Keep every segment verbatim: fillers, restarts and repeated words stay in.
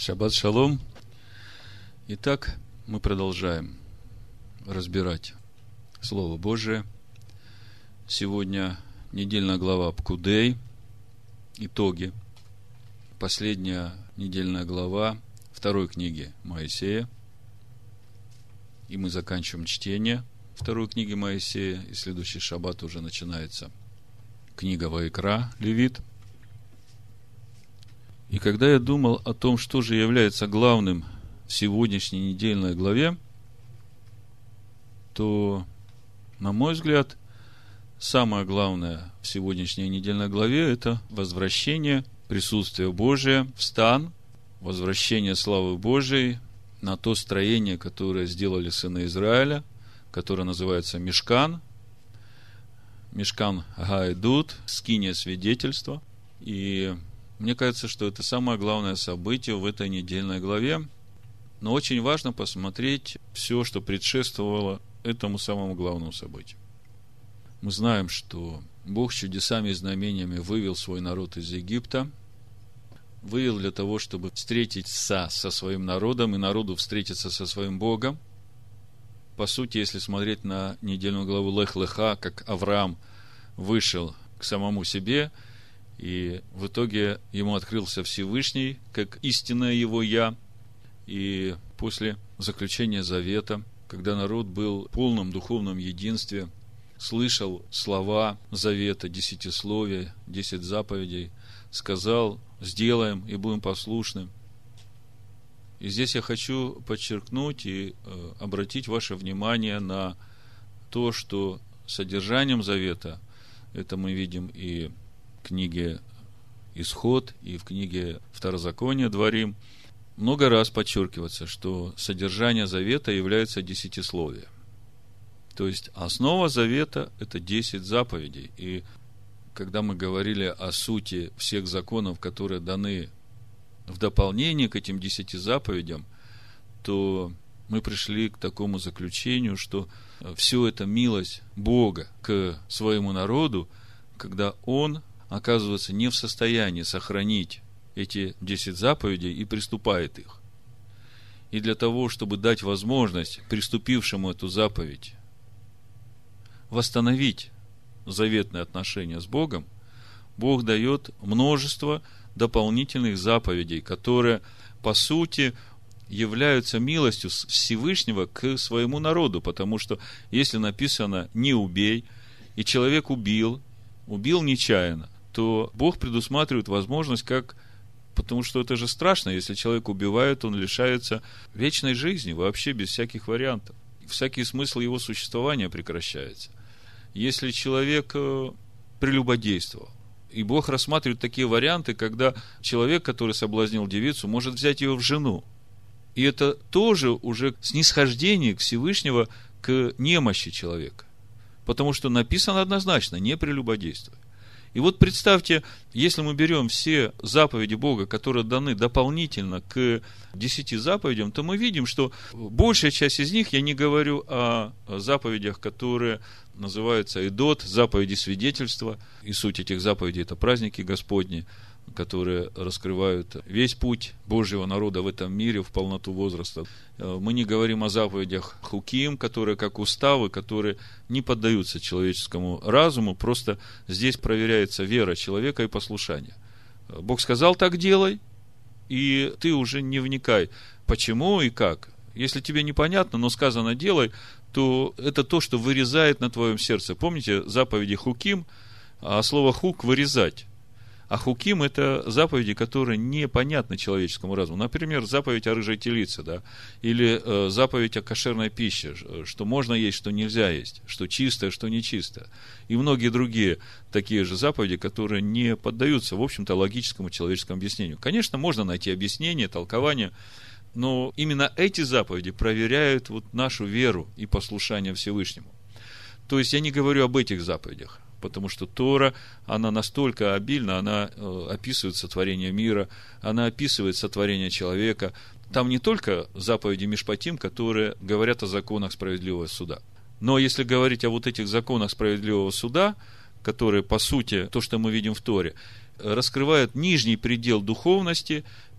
Шаббат шалом. Итак, мы продолжаем разбирать Слово Божие. Сегодня недельная глава Пкудей, итоги. Последняя недельная глава второй книги Моисея. И мы заканчиваем чтение второй книги Моисея. И следующий шаббат уже начинается книга Ваикра, Левит. И когда я думал о том, что же является главным в сегодняшней недельной главе, то, на мой взгляд, самое главное в сегодняшней недельной главе – это возвращение присутствия Божия в стан, возвращение славы Божией на то строение, которое сделали сыны Израиля, которое называется Мишкан, Мишкан Гаэдут, скиния свидетельства. И мне кажется, что это самое главное событие в этой недельной главе. Но очень важно посмотреть все, что предшествовало этому самому главному событию. Мы знаем, что Бог чудесами и знамениями вывел свой народ из Египта, вывел для того, чтобы встретиться со своим народом и народу встретиться со своим Богом. По сути, если смотреть на недельную главу Лех-Леха, как Авраам вышел к самому себе, и в итоге ему открылся Всевышний, как истинное его «Я». И после заключения завета, когда народ был в полном духовном единстве, слышал слова завета, десятисловия, десять заповедей, сказал: сделаем и будем послушны. И здесь я хочу подчеркнуть и э, обратить ваше внимание на то, что содержанием завета, это мы видим и в книге Исход, и в книге Второзакония Дворим, много раз подчеркивается, что содержание завета является десятисловие. То есть основа завета – это десять заповедей. И когда мы говорили о сути всех законов, которые даны в дополнение к этим десяти заповедям, то мы пришли к такому заключению, что все это милость Бога к своему народу, когда Он оказывается не в состоянии сохранить эти десять заповедей и приступает их. И для того, чтобы дать возможность приступившему эту заповедь восстановить заветные отношения с Богом, Бог дает множество дополнительных заповедей, которые, по сути, являются милостью Всевышнего к своему народу, потому что если написано «не убей», и человек убил, убил нечаянно, то Бог предусматривает возможность, как, потому что это же страшно, если человек убивает, он лишается вечной жизни, вообще без всяких вариантов. Всякий смысл его существования прекращается. Если человек прелюбодействовал, и Бог рассматривает такие варианты, когда человек, который соблазнил девицу, может взять ее в жену. И это тоже уже снисхождение Всевышнего к немощи человека. Потому что написано однозначно: не прелюбодействуй. И вот представьте, если мы берем все заповеди Бога, которые даны дополнительно к десяти заповедям, то мы видим, что большая часть из них, я не говорю о заповедях, которые называются Эдот, заповеди свидетельства, и суть этих заповедей – это праздники Господни, которые раскрывают весь путь Божьего народа в этом мире в полноту возраста. Мы не говорим о заповедях Хуким, которые как уставы, которые не поддаются человеческому разуму, просто здесь проверяется вера человека и послушание. Бог сказал: так делай, и ты уже не вникай, почему и как. Если тебе непонятно, но сказано делай, то это то, что вырезает на твоем сердце. Помните заповеди Хуким, а слово хук – вырезать. А хуким – это заповеди, которые непонятны человеческому разуму. Например, заповедь о рыжей телице, да? Или э, заповедь о кошерной пище, что можно есть, что нельзя есть, что чистое, что нечистое. И многие другие такие же заповеди, которые не поддаются, в общем-то, логическому человеческому объяснению. Конечно, можно найти объяснение, толкование, но именно эти заповеди проверяют вот нашу веру и послушание Всевышнему. То есть я не говорю об этих заповедях, потому что Тора, она настолько обильна, она э, описывает сотворение мира, она описывает сотворение человека. Там не только заповеди Мишпатим, которые говорят о законах справедливого суда. Но если говорить о вот этих законах справедливого суда, которые, по сути, то, что мы видим в Торе, раскрывают нижний предел духовности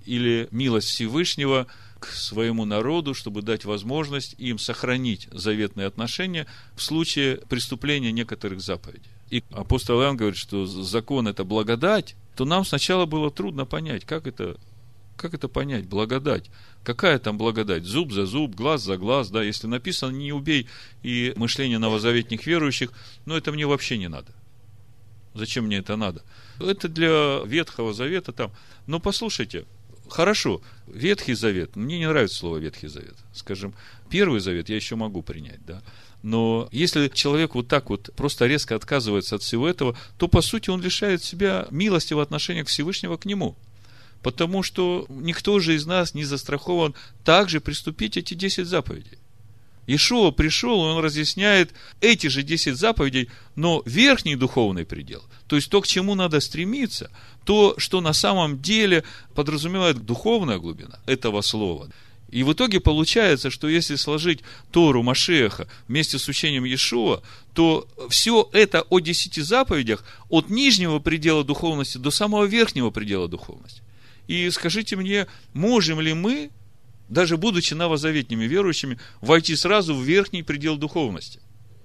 или милость Всевышнего к своему народу, чтобы дать возможность им сохранить заветные отношения в случае преступления некоторых заповедей. И апостол Иоанн говорит, что закон – это благодать, то нам сначала было трудно понять, как это, как это понять, благодать. Какая там благодать? Зуб за зуб, глаз за глаз, да, если написано «не убей» и мышление новозаветных верующих, ну, это мне вообще не надо. Зачем мне это надо? Это для Ветхого Завета там. Но послушайте, хорошо, Ветхий Завет, мне не нравится слово Ветхий Завет. Скажем, Первый Завет я еще могу принять, да. Но если человек вот так вот просто резко отказывается от всего этого, то, по сути, он лишает себя милости в отношениях Всевышнего к нему. Потому что никто же из нас не застрахован также приступить эти десять заповедей. Иешуа пришел, и он разъясняет эти же десять заповедей, но верхний духовный предел, то есть то, к чему надо стремиться, то, что на самом деле подразумевает духовная глубина этого слова. И в итоге получается, что если сложить Тору Машиаха вместе с учением Иешуа, то все это о десяти заповедях от нижнего предела духовности до самого верхнего предела духовности. И скажите мне, можем ли мы, даже будучи новозаветными верующими, войти сразу в верхний предел духовности?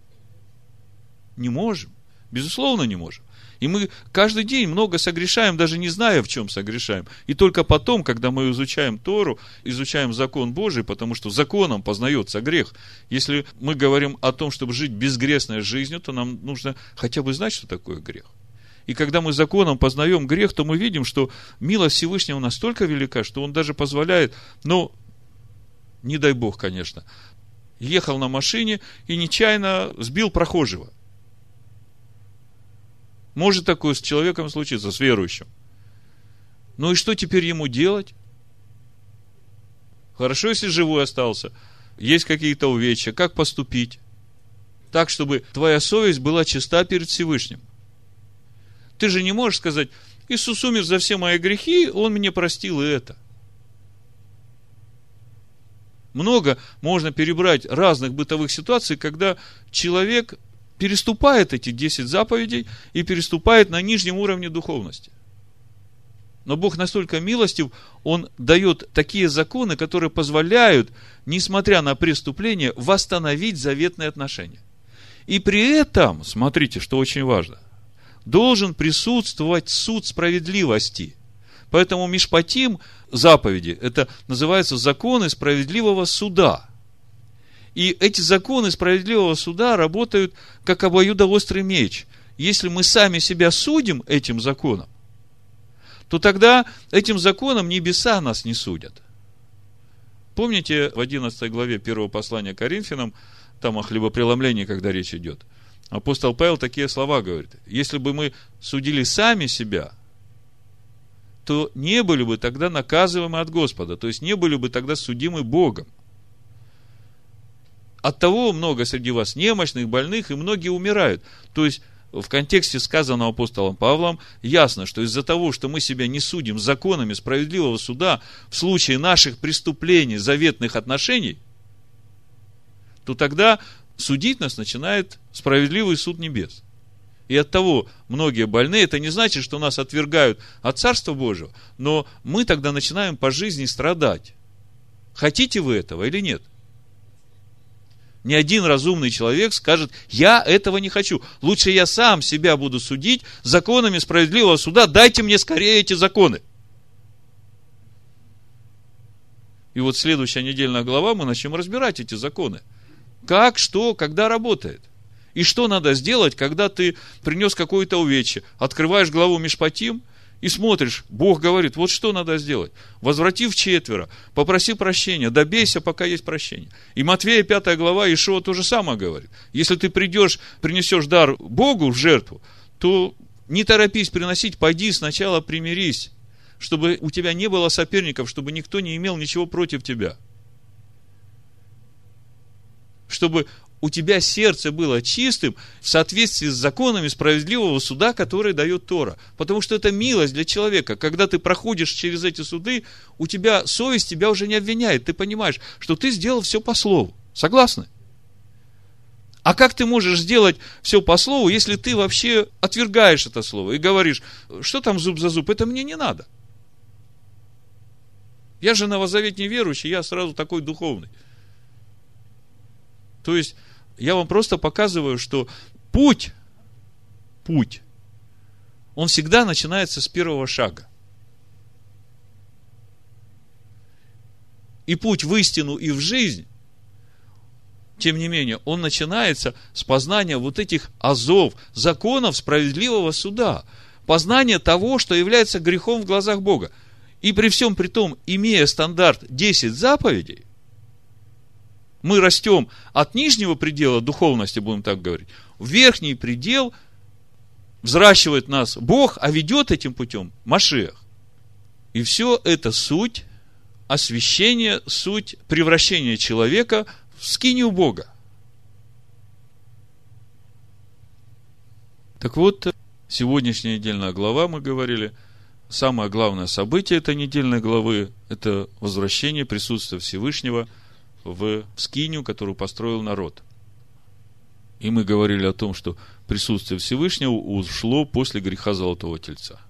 Не можем. Безусловно, не можем. И мы каждый день много согрешаем, даже не зная, в чем согрешаем. И только потом, когда мы изучаем Тору, изучаем закон Божий, потому что законом познается грех. Если мы говорим о том, чтобы жить безгрешной жизнью, то нам нужно хотя бы знать, что такое грех. И когда мы законом познаем грех, то мы видим, что милость Всевышнего настолько велика, что Он даже позволяет, ну, не дай Бог, конечно, ехал на машине и нечаянно сбил прохожего. Может такое с человеком случиться, с верующим. Ну и что теперь ему делать? Хорошо, если живой остался, есть какие-то увечья, как поступить? Так, чтобы твоя совесть была чиста перед Всевышним. Ты же не можешь сказать: Иисус умер за все мои грехи, Он мне простил и это. Много можно перебрать разных бытовых ситуаций, когда человек переступает эти десять заповедей и переступает на нижнем уровне духовности. Но Бог настолько милостив, Он дает такие законы, которые позволяют, несмотря на преступление, восстановить заветные отношения. И при этом, смотрите, что очень важно, должен присутствовать суд справедливости. Поэтому Мишпатим, заповеди, это называется законы справедливого суда. И эти законы справедливого суда работают как обоюдоострый меч. Если мы сами себя судим этим законом, то тогда этим законом небеса нас не судят. Помните в одиннадцатой главе первого послания Коринфянам, там о хлебопреломлении, когда речь идет, апостол Павел такие слова говорит: если бы мы судили сами себя, то не были бы тогда наказываемы от Господа, то есть не были бы тогда судимы Богом. Оттого много среди вас немощных, больных, и многие умирают. То есть, в контексте сказанного апостолом Павлом, ясно, что из-за того, что мы себя не судим законами справедливого суда в случае наших преступлений, заветных отношений, то тогда судить нас начинает справедливый суд небес. И оттого многие больные, это не значит, что нас отвергают от Царства Божьего, но мы тогда начинаем по жизни страдать. Хотите вы этого или нет? Ни один разумный человек скажет: я этого не хочу. Лучше я сам себя буду судить законами справедливого суда. Дайте мне скорее эти законы. И вот следующая недельная глава, мы начнем разбирать эти законы. Как, что, когда работает. И что надо сделать, когда ты принес какое-то увечье. Открываешь главу Мишпатим и смотришь, Бог говорит: вот что надо сделать. Возврати вчетверо, попроси прощения, добейся, пока есть прощение. И Матфея пятая глава, Иешуа то же самое говорит. Если ты придешь, принесешь дар Богу в жертву, то не торопись приносить, пойди сначала примирись, чтобы у тебя не было соперников, чтобы никто не имел ничего против тебя. Чтобы у тебя сердце было чистым в соответствии с законами справедливого суда, который дает Тора. Потому что это милость для человека. Когда ты проходишь через эти суды, у тебя совесть тебя уже не обвиняет. Ты понимаешь, что ты сделал все по слову. Согласны? А как ты можешь сделать все по слову, если ты вообще отвергаешь это слово и говоришь: что там зуб за зуб, это мне не надо. Я же новозаветний верующий, я сразу такой духовный. То есть, я вам просто показываю, что путь, путь, он всегда начинается с первого шага. И путь в истину и в жизнь, тем не менее, он начинается с познания вот этих азов, законов справедливого суда, познания того, что является грехом в глазах Бога. И при всем при том, имея стандарт десять заповедей, мы растем от нижнего предела духовности, будем так говорить, в верхний предел взращивает нас Бог, а ведет этим путем Машиах. И все это суть освящения, суть превращения человека в скинию Бога. Так вот, сегодняшняя недельная глава, мы говорили, самое главное событие этой недельной главы – это возвращение присутствия Всевышнего в скинию, которую построил народ. И мы говорили о том, что присутствие Всевышнего ушло после греха Золотого Тельца.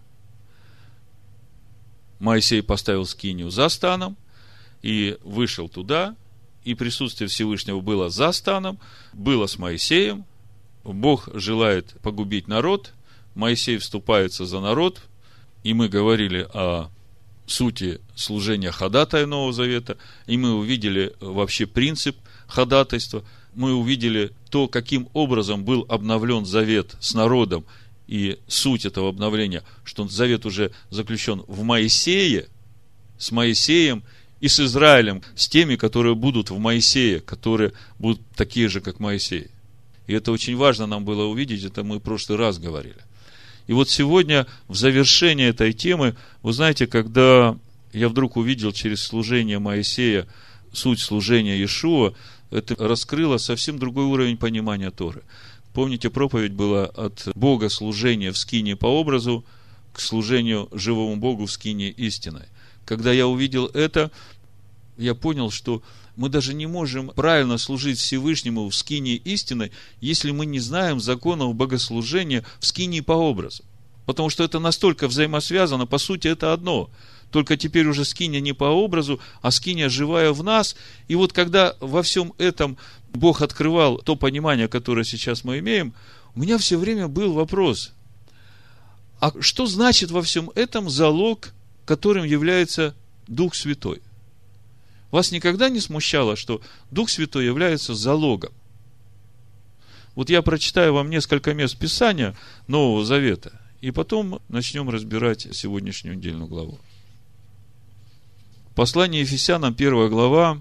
Моисей поставил скинию за станом и вышел туда, и присутствие Всевышнего было за станом, было с Моисеем. Бог желает погубить народ, Моисей вступается за народ, и мы говорили о сути служения ходатая Нового Завета, и мы увидели вообще принцип ходатайства, мы увидели то, каким образом был обновлен завет с народом, и суть этого обновления, что завет уже заключен в Моисее, с Моисеем и с Израилем, с теми, которые будут в Моисее, которые будут такие же, как Моисей. И это очень важно нам было увидеть, это мы в прошлый раз говорили. И вот сегодня, в завершение этой темы, вы знаете, когда я вдруг увидел через служение Моисея суть служения Иешуа, это раскрыло совсем другой уровень понимания Торы. Помните, проповедь была от Бога служения в скинии по образу к служению живому Богу в скинии истиной. Когда я увидел это, я понял, что мы даже не можем правильно служить Всевышнему в скинии истиной, если мы не знаем законов богослужения в скинии по образу. Потому что это настолько взаимосвязано, по сути, это одно. Только теперь уже скиния не по образу, а скиния живая в нас. И вот когда во всем этом Бог открывал то понимание, которое сейчас мы имеем, у меня все время был вопрос: а что значит во всем этом залог, которым является Дух Святой? Вас никогда не смущало, что Дух Святой является залогом? Вот я прочитаю вам несколько мест Писания Нового Завета, и потом начнем разбирать сегодняшнюю недельную главу. Послание Ефесянам, первая глава,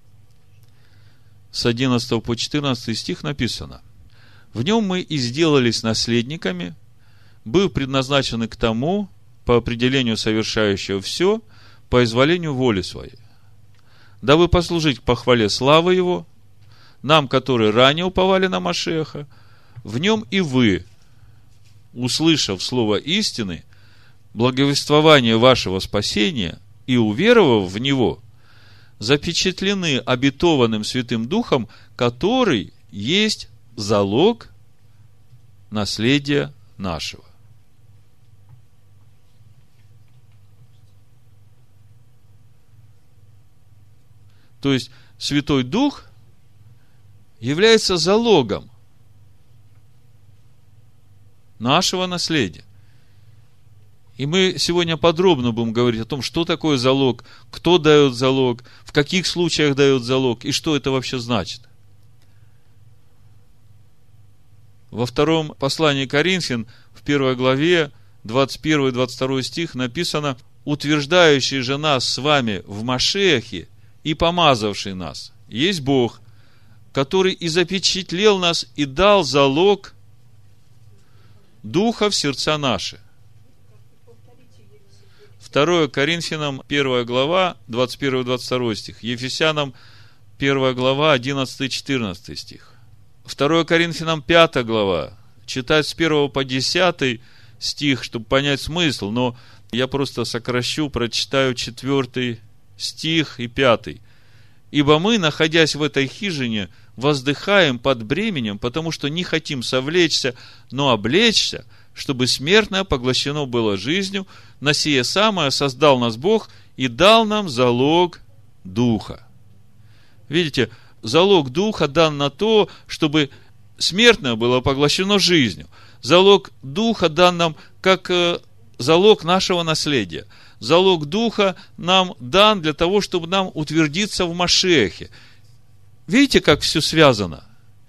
с одиннадцатого по четырнадцатый стих написано: «В нем мы и сделались наследниками, быв предназначены к тому, по определению совершающего все, по изволению воли своей, дабы послужить к похвале славы Его, нам, которые ранее уповали на Машиаха, в нем и вы, услышав слово истины, благовествование вашего спасения и уверовав в него, запечатлены обетованным Святым Духом, который есть залог наследия нашего». То есть, Святой Дух является залогом нашего наследия. И мы сегодня подробно будем говорить о том, что такое залог, кто дает залог, в каких случаях дает залог и что это вообще значит. Во втором послании Коринфян, в первой главе, двадцать первый двадцать второй стих написано: «Утверждающий же нас с вами в Машиахе и помазавший нас есть Бог, который и запечатлел нас и дал залог Духа в сердца наши». второе Коринфянам, первая глава, двадцать первый двадцать второй стих. Ефесянам, первая глава, одиннадцатый четырнадцатый стих. второе Коринфянам, пятая глава. Читать с первого по десятый стих, чтобы понять смысл, но я просто сокращу, прочитаю четвертый стих и пятый. «Ибо мы, находясь в этой хижине, воздыхаем под бременем, потому что не хотим совлечься, но облечься, чтобы смертное поглощено было жизнью. На сие самое создал нас Бог и дал нам залог Духа. Видите, залог Духа дан на то, чтобы смертное было поглощено жизнью. Залог Духа дан нам как залог нашего наследия. Залог Духа нам дан для того, чтобы нам утвердиться в Машиахе. Видите, как все связано?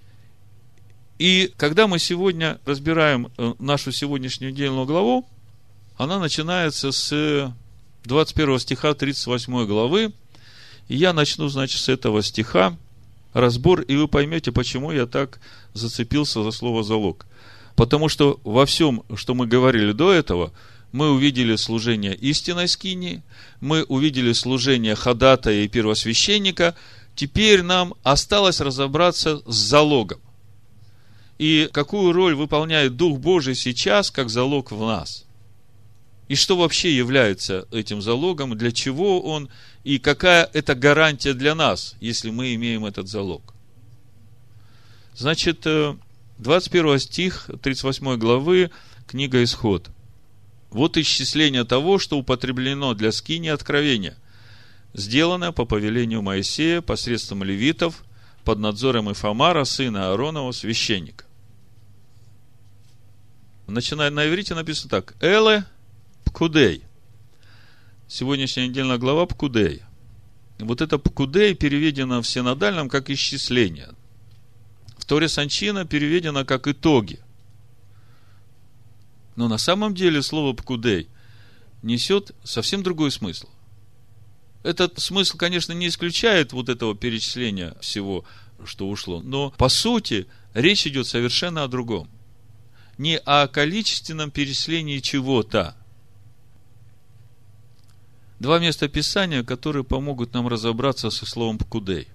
И когда мы сегодня разбираем нашу сегодняшнюю недельную главу, она начинается с двадцать первого стиха тридцать восьмой главы. И я начну, значит, с этого стиха разбор, и вы поймете, почему я так зацепился за слово «залог». Потому что во всем, что мы говорили до этого, мы увидели служение истинной скинии, мы увидели служение ходатая и первосвященника. Теперь нам осталось разобраться с залогом. И какую роль выполняет Дух Божий сейчас, как залог в нас. И что вообще является этим залогом, для чего он, и какая это гарантия для нас, если мы имеем этот залог. Значит, двадцать первый стих тридцать восьмой главы, книга Исход. Вот исчисление того, что употреблено для скинии откровения, сделанное по повелению Моисея посредством левитов под надзором Ифамара, сына Ааронова, священника. Начиная на иврите написано так: Эле Пкудей. Сегодняшняя недельная глава Пкудей. Вот это Пкудей переведено в синодальном как исчисление. В Торе Санчина переведено как итоги. Но на самом деле слово Пкудей несет совсем другой смысл. Этот смысл, конечно, не исключает вот этого перечисления всего, что ушло. Но по сути речь идет совершенно о другом. Не о количественном перечислении чего-то. Два места Писания, которые помогут нам разобраться со словом «пкудей».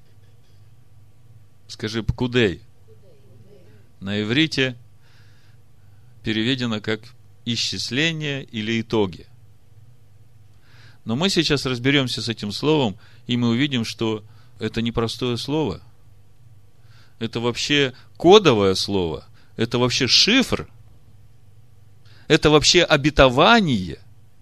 Скажи «пкудей». На иврите переведено как «исчисление» или «итоги». Но мы сейчас разберемся с этим словом, и мы увидим, что это не простое слово. Это вообще кодовое слово. Это вообще шифр. Это вообще обетование.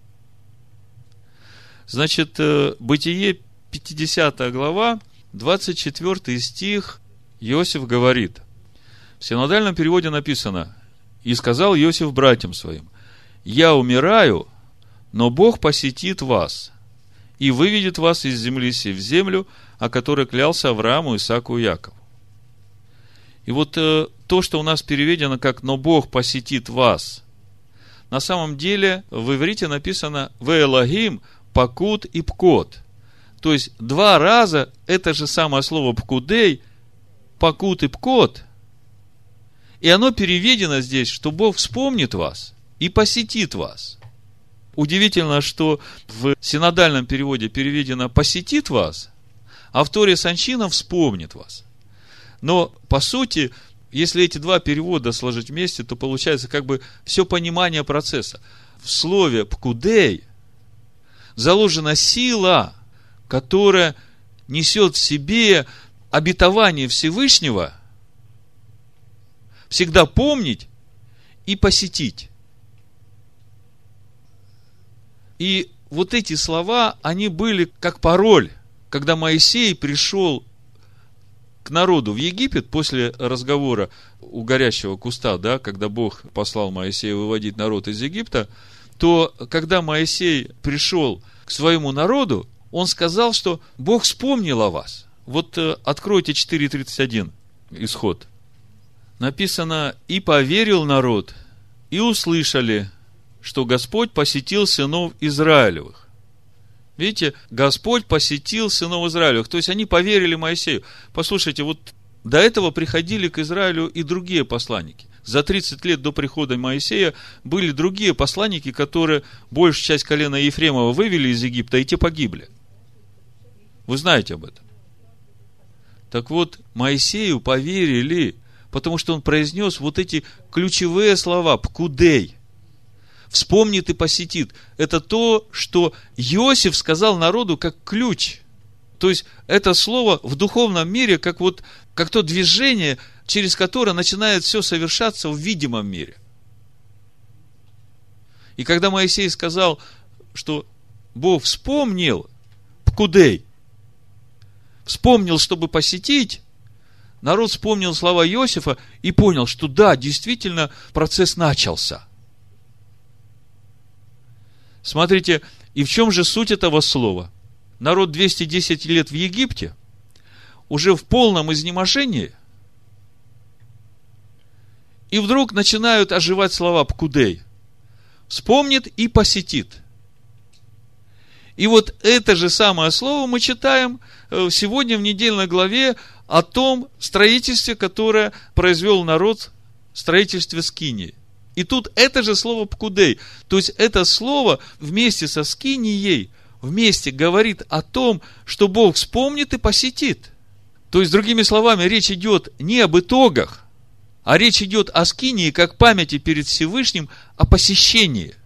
Значит, Бытие, пятидесятая глава, двадцать четвёртый стих, Иосиф говорит. В синодальном переводе написано: «И сказал Иосиф братьям своим: я умираю, но Бог посетит вас и выведет вас из земли сей в землю, о которой клялся Аврааму, Исааку и Якову». И вот э, то, что у нас переведено как «но Бог посетит вас», на самом деле в иврите написано «ве Элогим пакут и пкот». То есть два раза это же самое слово «пкудей», «пакут» и «пкот», и оно переведено здесь, что Бог вспомнит вас и посетит вас. Удивительно, что в синодальном переводе переведено «посетит вас», а в Торе Санчина «вспомнит вас». Но, по сути, если эти два перевода сложить вместе, то получается как бы все понимание процесса. В слове «пкудей» заложена сила, которая несет в себе обетование Всевышнего всегда помнить и посетить. И вот эти слова, они были как пароль, когда Моисей пришел к народу в Египет после разговора у горящего куста, да, когда Бог послал Моисея выводить народ из Египта, то когда Моисей пришел к своему народу, он сказал, что Бог вспомнил о вас. Вот э, откройте четыре тридцать один, исход. Написано: «И поверил народ, и услышали, что Господь посетил сынов Израилевых». Видите, Господь посетил сынов Израилевых. То есть они поверили Моисею. Послушайте, вот до этого приходили к Израилю и другие посланники. За тридцать лет до прихода Моисея были другие посланники, которые большую часть колена Ефремова вывели из Египта, и те погибли. Вы знаете об этом. Так вот, Моисею поверили, потому что он произнес вот эти ключевые слова «пкудей». Вспомнит и посетит. Это то, что Иосиф сказал народу как ключ. То есть, это слово в духовном мире, как вот, как то движение, через которое начинает все совершаться в видимом мире. И когда Моисей сказал, что Бог вспомнил Пкудей, вспомнил, чтобы посетить, народ вспомнил слова Иосифа и понял, что да, действительно, процесс начался. Смотрите, и в чем же суть этого слова? Народ двести десять лет в Египте, уже в полном изнеможении, и вдруг начинают оживать слова Пкудей. Вспомнит и посетит. И вот это же самое слово мы читаем сегодня в недельной главе о том строительстве, которое произвел народ, строительстве скинии. И тут это же слово Пкудей. То есть это слово вместе со скинией вместе говорит о том, что Бог вспомнит и посетит. То есть, другими словами, речь идет не об итогах, а речь идет о скинии как памяти перед Всевышним о посещении.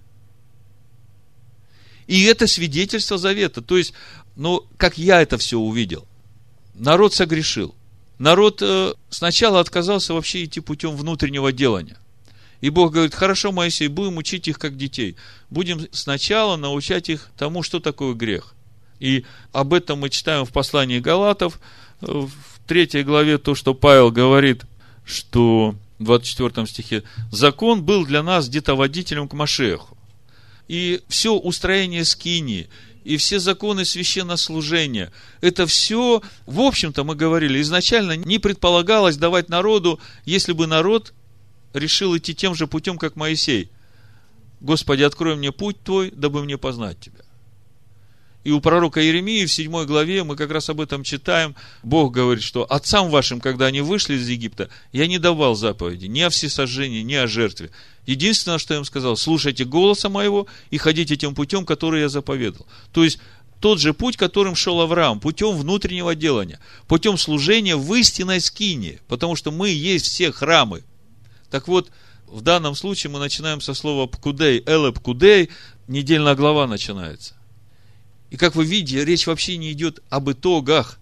И это свидетельство завета. То есть, ну, как я это все увидел. Народ согрешил. Народ э, сначала отказался вообще идти путем внутреннего делания. И Бог говорит: хорошо, Моисей, будем учить их как детей. Будем сначала научать их тому, что такое грех. И об этом мы читаем в послании Галатов, в третьей главе, то, что Павел говорит, что в двадцать четвёртом стихе: закон был для нас детоводителем к Машиаху. И все устроение скинии, и все законы священнослужения, это все, в общем-то, мы говорили, изначально не предполагалось давать народу, если бы народ решил идти тем же путем, как Моисей. Господи, открой мне путь Твой, дабы мне познать Тебя. И у пророка Иеремии в седьмой главе мы как раз об этом читаем. Бог говорит, что отцам вашим, когда они вышли из Египта, я не давал заповеди ни о всесожжении, ни о жертве. Единственное, что я им сказал: слушайте голоса моего и ходите тем путем, который я заповедал. То есть, тот же путь, которым шел Авраам, путем внутреннего делания, путем служения в истинной скинии, потому что мы есть все храмы. Так вот, в данном случае мы начинаем со слова Пкудей, Эле Пкудей, недельная глава начинается. И как вы видите, речь вообще не идет об итогах.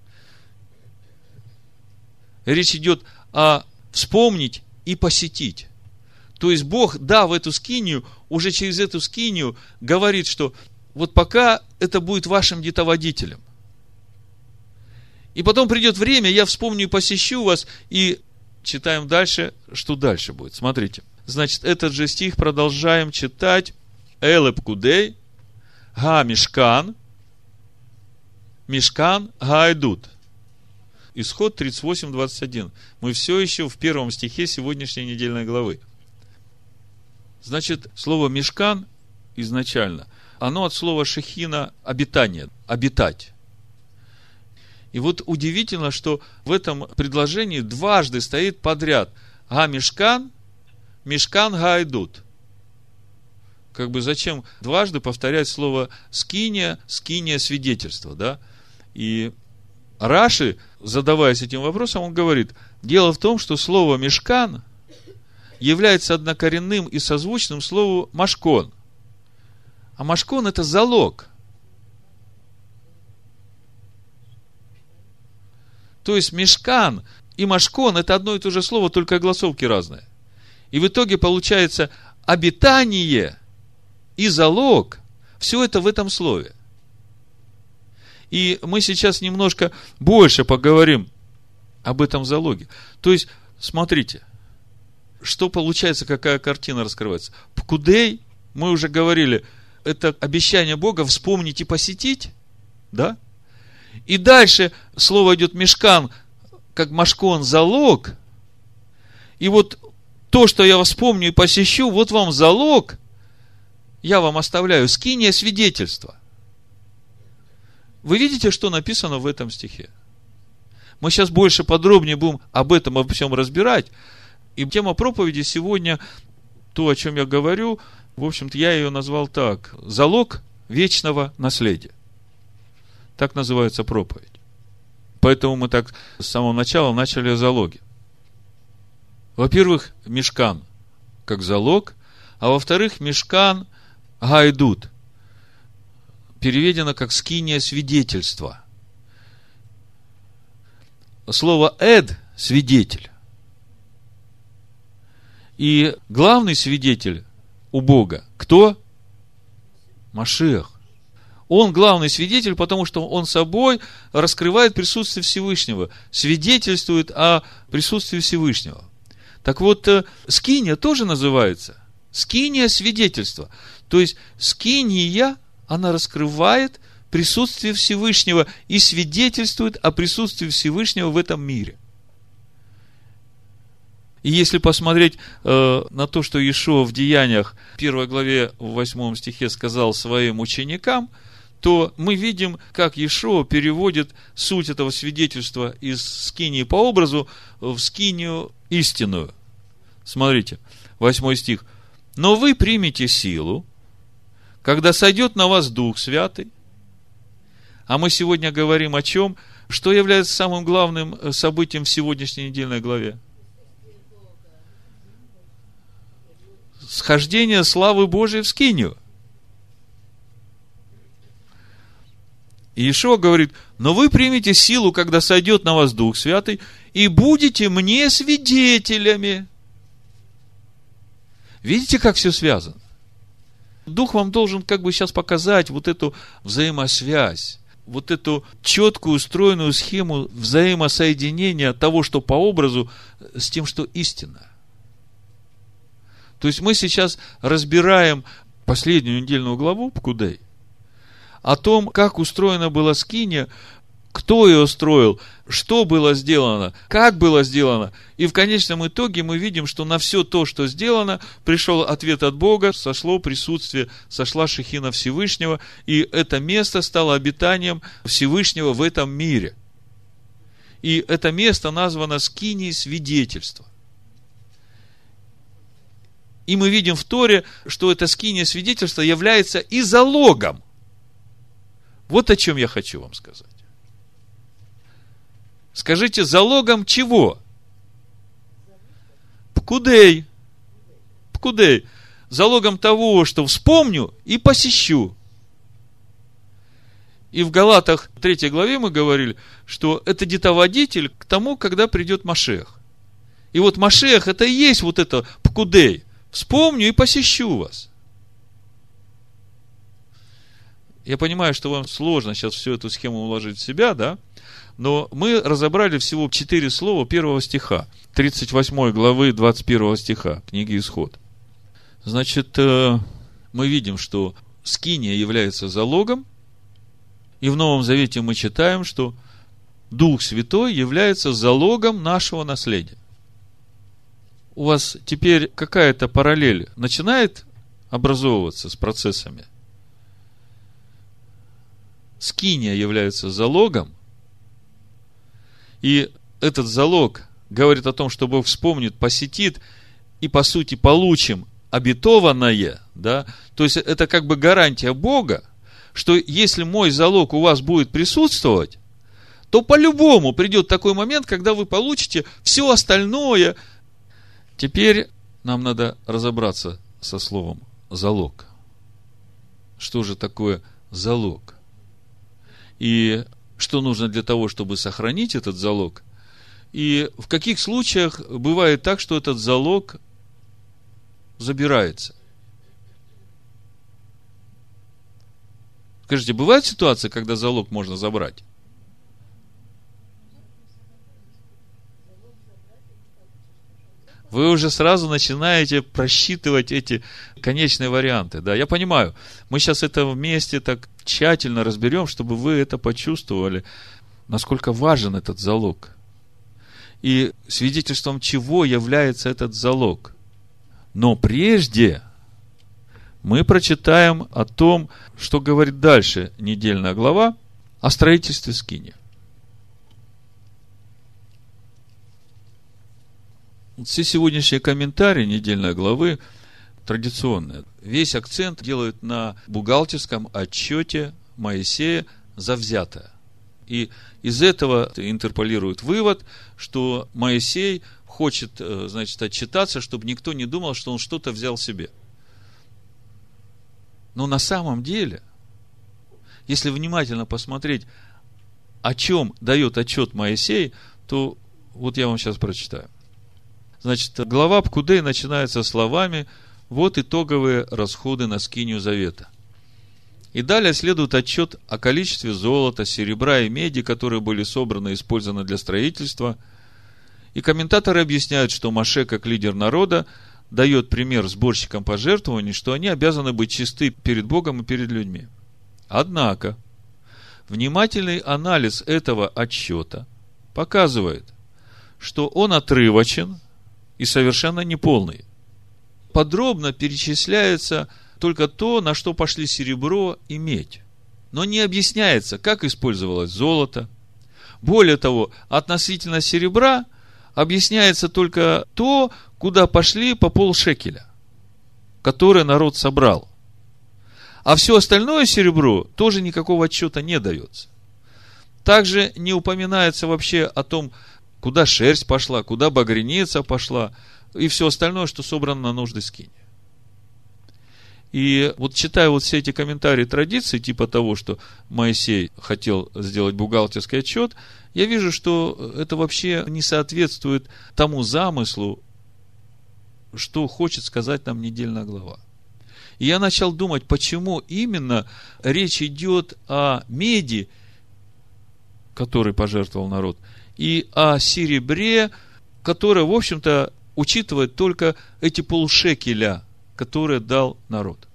Речь идет о вспомнить и посетить. То есть Бог, да, в эту скинию, уже через эту скинию говорит, что вот пока это будет вашим детоводителем. И потом придет время, я вспомню и посещу вас, и читаем дальше, что дальше будет. Смотрите. Значит, этот же стих продолжаем читать. Эле Пкудей, Га Мишкан, Мишкан Га Айдут. Исход тридцать восемь двадцать один. Мы все еще в первом стихе сегодняшней недельной главы. Значит, слово Мишкан изначально, оно от слова шехина обитание, обитать. И вот удивительно, что в этом предложении дважды стоит подряд Га Мишкан, Мишкан Га Айдут. Как бы зачем дважды повторять слово скиния, скиния свидетельство, да? И Раши, задаваясь этим вопросом, он говорит: дело в том, что слово мишкан является однокоренным и созвучным слову машкон. А машкон — это залог. То есть мишкан и машкон — это одно и то же слово, только огласовки разные. И в итоге получается обитание и залог, все это в этом слове. И мы сейчас немножко больше поговорим об этом залоге. То есть, смотрите, что получается, какая картина раскрывается. Пкудей, мы уже говорили, это обещание Бога вспомнить и посетить, да? И дальше слово идет мишкан, как машкон, залог. И вот то, что я вспомню и посещу, вот вам залог, я вам оставляю, скиния свидетельства. Вы видите, что написано в этом стихе? Мы сейчас больше подробнее будем об этом, обо всем разбирать. И тема проповеди сегодня, то, о чем я говорю, в общем-то, я ее назвал так: залог вечного наследия. Так называется проповедь. Поэтому мы так с самого начала начали о залоге. Во-первых, мишкан как залог, а во-вторых, мишкан гайдут переведено как скиния свидетельства. Слово эд – свидетель. И главный свидетель у Бога кто? Машиах. Он главный свидетель, потому что он собой раскрывает присутствие Всевышнего, свидетельствует о присутствии Всевышнего. Так вот, скиния тоже называется скиния свидетельства. То есть, скиния, она раскрывает присутствие Всевышнего и свидетельствует о присутствии Всевышнего в этом мире. И если посмотреть э, на то, что Иешуа в Деяниях, в первой главе, в восьмом стихе сказал своим ученикам, то мы видим, как Иешуа переводит суть этого свидетельства из скинии по образу в скинию истинную. Смотрите, восьмой стих. «Но вы примете силу, когда сойдет на вас Дух Святый». А мы сегодня говорим о чем? Что является самым главным событием в сегодняшней недельной главе? Схождение славы Божией в скинию. И Иешуа говорит: но вы примете силу, когда сойдет на вас Дух Святый, и будете мне свидетелями. Видите, как все связано? Дух вам должен как бы сейчас показать вот эту взаимосвязь, вот эту четкую устроенную схему взаимосоединения того, что по образу, с тем, что истинно. То есть мы сейчас разбираем последнюю недельную главу Пкудей о том, как устроена была скиния, кто ее строил, что было сделано, как было сделано. И в конечном итоге мы видим, что на все то, что сделано, пришел ответ от Бога, сошло присутствие, сошла шехина Всевышнего, и это место стало обитанием Всевышнего в этом мире. И это место названо скинией свидетельства. И мы видим в Торе, что это скиния свидетельства является и залогом. Вот о чем я хочу вам сказать. Скажите, залогом чего? Пкудей. Пкудей. Залогом того, что вспомню и посещу. И в Галатах третьей главе мы говорили, что это детоводитель к тому, когда придет Машиах. И вот Машиах это и есть вот это Пкудей. Вспомню и посещу вас. Я понимаю, что вам сложно сейчас всю эту схему уложить в себя, да? Но мы разобрали всего четыре слова первого стиха, тридцать восьмой главы двадцать первого стиха книги Исход. Значит, мы видим, что скиния является залогом, и в Новом Завете мы читаем, что Дух Святой является залогом нашего наследия. У вас теперь какая-то параллель начинает образовываться с процессами? Скиния является залогом, и этот залог говорит о том, что Бог вспомнит, посетит, и по сути получим обетованное, да? То есть это как бы гарантия Бога, что если мой залог у вас будет присутствовать, то по-любому придет такой момент, когда вы получите все остальное. Теперь нам надо разобраться со словом залог. Что же такое залог? И что нужно для того, чтобы сохранить этот залог? И в каких случаях бывает так, что этот залог забирается? Скажите, бывает ситуация, когда залог можно забрать? Вы уже сразу начинаете просчитывать эти конечные варианты. Да, я понимаю. Мы сейчас это вместе так тщательно разберем, чтобы вы это почувствовали, насколько важен этот залог. И свидетельством чего является этот залог. Но прежде мы прочитаем о том, что говорит дальше недельная глава о строительстве скинии. Все сегодняшние комментарии недельной главы традиционные. Весь акцент делают на бухгалтерском отчете Моисея за взятое. И из этого интерполируют вывод, что Моисей хочет, значит, отчитаться, чтобы никто не думал, что он что-то взял себе. Но на самом деле, если внимательно посмотреть, о чем дает отчет Моисей, то вот я вам сейчас прочитаю. Значит, глава Пкудей начинается словами: вот итоговые расходы на скинию завета. И далее следует отчет о количестве золота, серебра и меди, которые были собраны и использованы для строительства. И комментаторы объясняют, что Моше, как лидер народа, дает пример сборщикам пожертвований, что они обязаны быть чисты перед Богом и перед людьми. Однако, внимательный анализ этого отчета показывает, что он отрывочен и совершенно неполный. Подробно перечисляется только то, на что пошли серебро и медь. Но не объясняется, как использовалось золото. Более того, относительно серебра объясняется только то, куда пошли по полшекеля, которое народ собрал. А все остальное серебро тоже никакого отчета не дается. Также не упоминается вообще о том, куда шерсть пошла, куда багряница пошла, и все остальное, что собрано на нужды скинии. И вот читая вот все эти комментарии традиции, типа того, что Моисей хотел сделать бухгалтерский отчет, я вижу, что это вообще не соответствует тому замыслу, что хочет сказать нам недельная глава. И я начал думать, почему именно речь идет о меди, который пожертвовал народ, и о серебре, которое, в общем-то, учитывает только эти полшекеля, которые дал народ.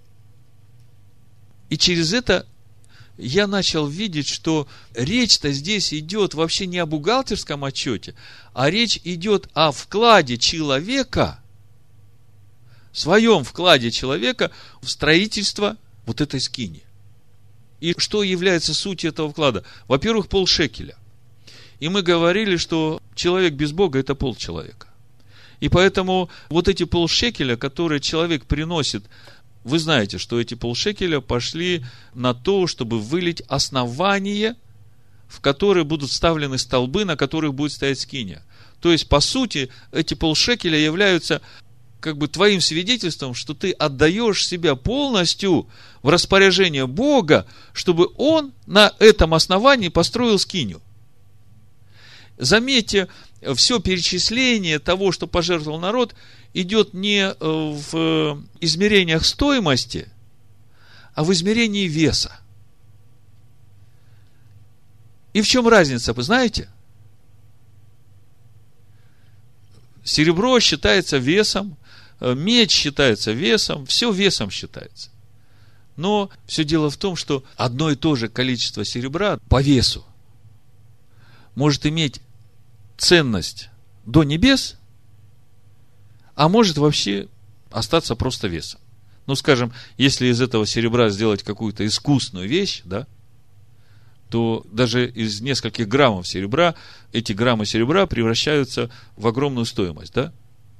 И через это я начал видеть, что речь-то здесь идет вообще не о бухгалтерском отчете, а речь идет о вкладе человека, своем вкладе человека в строительство вот этой скинии. И что является сутью этого вклада? Во-первых, полшекеля. И мы говорили, что человек без Бога – это полчеловека. И поэтому вот эти полшекеля, которые человек приносит, вы знаете, что эти полшекеля пошли на то, чтобы вылить основание, в которые будут вставлены столбы, на которых будет стоять скиния. То есть, по сути, эти полшекеля являются как бы твоим свидетельством, что ты отдаешь себя полностью в распоряжение Бога, чтобы Он на этом основании построил скинию. Заметьте, все перечисление того, что пожертвовал народ, идет не в измерениях стоимости, а в измерении веса. И в чем разница, вы знаете? Серебро считается весом, медь считается весом, все весом считается. Но все дело в том, что одно и то же количество серебра по весу может иметь ценность до небес, а может вообще остаться просто весом. Ну, скажем, если из этого серебра сделать какую-то искусную вещь, да, то даже из нескольких граммов серебра, эти граммы серебра превращаются в огромную стоимость, да?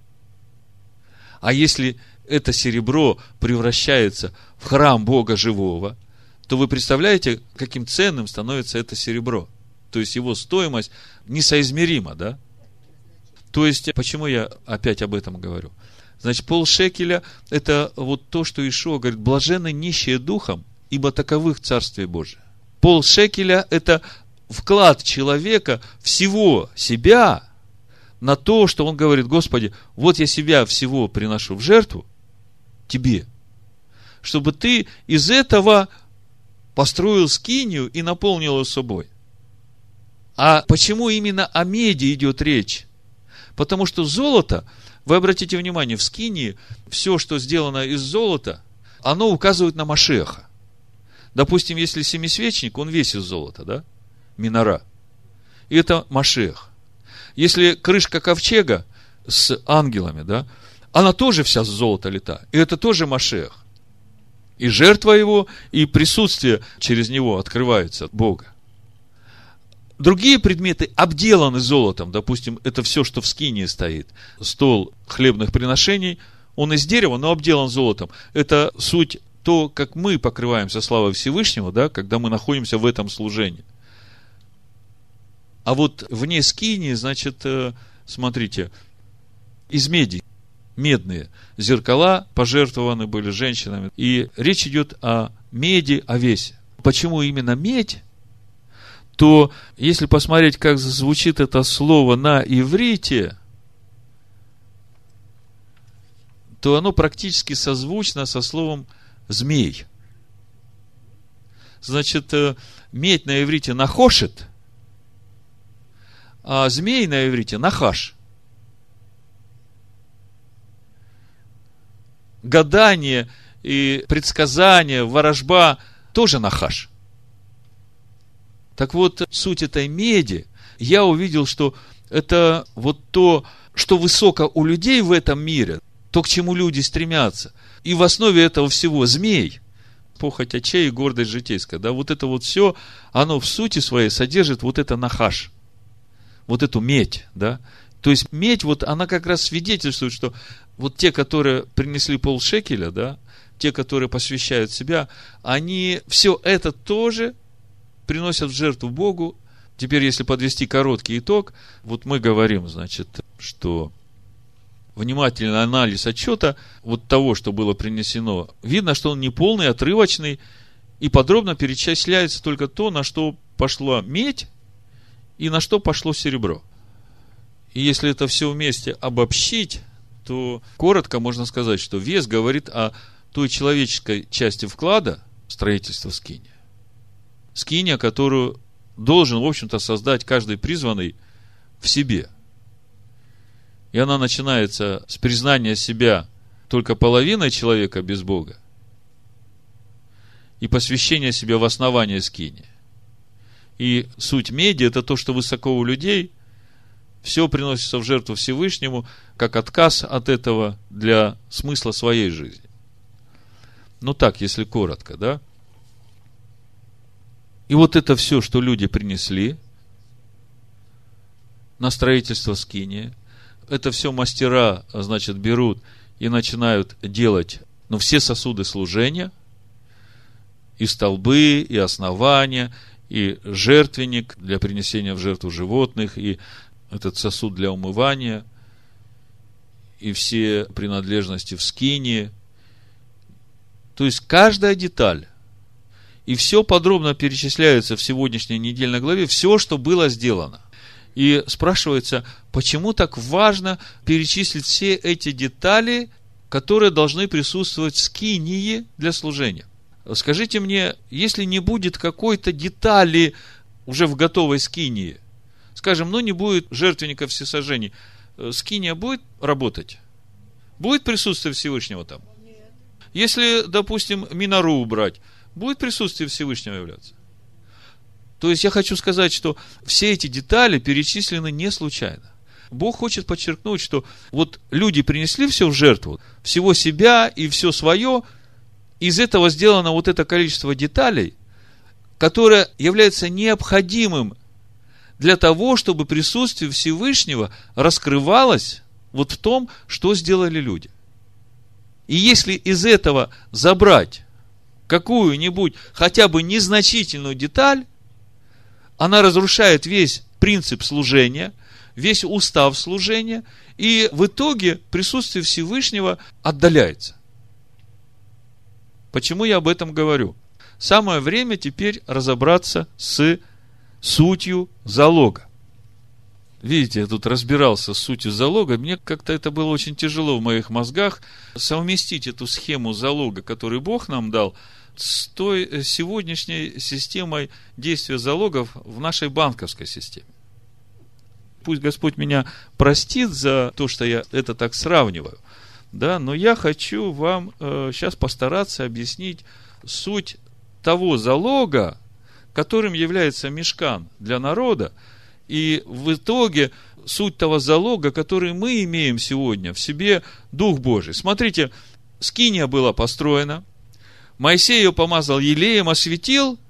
А если это серебро превращается в храм Бога живого, то вы представляете, каким ценным становится это серебро. То есть его стоимость несоизмерима, да? То есть, почему я опять об этом говорю? Значит, полшекеля – это вот то, что Иешуа говорит: блаженны нищие духом, ибо таковых Царствие Божие. Полшекеля – это вклад человека всего себя на то, что он говорит: Господи, вот я себя всего приношу в жертву Тебе, чтобы Ты из этого построил скинию и наполнил ее собой. А почему именно о меди идет речь? Потому что золото, вы обратите внимание, в скинии все, что сделано из золота, оно указывает на Машеха. Допустим, если семисвечник, он весь из золота, да? Минора. И это Машех. Если крышка ковчега с ангелами, да, она тоже вся с золота лита. И это тоже Машех. И жертва его, и присутствие через него открывается от Бога. Другие предметы обделаны золотом. Допустим, это все, что в скинии стоит. Стол хлебных приношений, он из дерева, но обделан золотом. Это суть то, как мы покрываемся славой Всевышнего, да, когда мы находимся в этом служении. А вот вне скинии, значит, смотрите, из меди, медные зеркала пожертвованы были женщинами. И речь идет о меди, о весе. Почему именно медь? То, если посмотреть, как звучит это слово на иврите, то оно практически созвучно со словом «змей». значит, медь на иврите нахошет, а змей на иврите нахаш. Гадание и предсказание, ворожба тоже нахаш. Так вот, суть этой меди, я увидел, что это вот то, что высоко у людей в этом мире, то, к чему люди стремятся. И в основе этого всего змей, похоть очей и гордость житейская. Да, вот это вот все, оно в сути своей содержит вот это нахаш, вот эту медь. Да. То есть медь, вот она как раз свидетельствует, что вот те, которые принесли полшекеля, да, те, которые посвящают себя, они все это тоже приносят в жертву Богу. Теперь, если подвести короткий итог, вот мы говорим, значит, что внимательный анализ отчета вот того, что было принесено, видно, что он не полный, отрывочный, и подробно перечисляется только то, на что пошла медь и на что пошло серебро. И если это все вместе обобщить, то коротко можно сказать, что вес говорит о той человеческой части вклада строительства скинии. Скиния, которую должен, в общем-то, создать каждый призванный в себе. И она начинается с признания себя только половиной человека без Бога и посвящения себя в основание скинии. И суть меди – это то, что высоко у людей, все приносится в жертву Всевышнему, как отказ от этого для смысла своей жизни. Ну так, если коротко, да? И вот это все, что люди принесли на строительство скинии, это все мастера, значит, берут и начинают делать, ну, все сосуды служения, и столбы, и основания, и жертвенник для принесения в жертву животных, и этот сосуд для умывания, и все принадлежности в скинии. То есть, каждая деталь. И все подробно перечисляется в сегодняшней недельной главе, все, что было сделано. И спрашивается, почему так важно перечислить все эти детали, которые должны присутствовать в скинии для служения. Скажите мне, если не будет какой-то детали уже в готовой скинии, скажем, ну не будет жертвенника всесожжений, скиния будет работать? Будет присутствие Всевышнего там? Нет. Если, допустим, минору убрать, будет присутствие Всевышнего являться? То есть я хочу сказать, что все эти детали перечислены не случайно. Бог хочет подчеркнуть, что вот люди принесли все в жертву, всего себя и все свое, из этого сделано вот это количество деталей, которое является необходимым для того, чтобы присутствие Всевышнего раскрывалось вот в том, что сделали люди. И если из этого забрать какую-нибудь хотя бы незначительную деталь, она разрушает весь принцип служения, весь устав служения, и в итоге присутствие Всевышнего отдаляется. Почему я об этом говорю? Самое время теперь разобраться с сутью залога. Видите, я тут разбирался с сутью залога, мне как-то это было очень тяжело в моих мозгах совместить эту схему залога, которую Бог нам дал, с той сегодняшней системой действия залогов в нашей банковской системе. Пусть Господь меня простит за то, что я это так сравниваю, да, но я хочу вам э, сейчас постараться объяснить суть того залога, которым является мишкан для народа, и в итоге суть того залога, который мы имеем сегодня в себе, Дух Божий. Смотрите, скиния была построена, Моисей ее помазал елеем, осветил,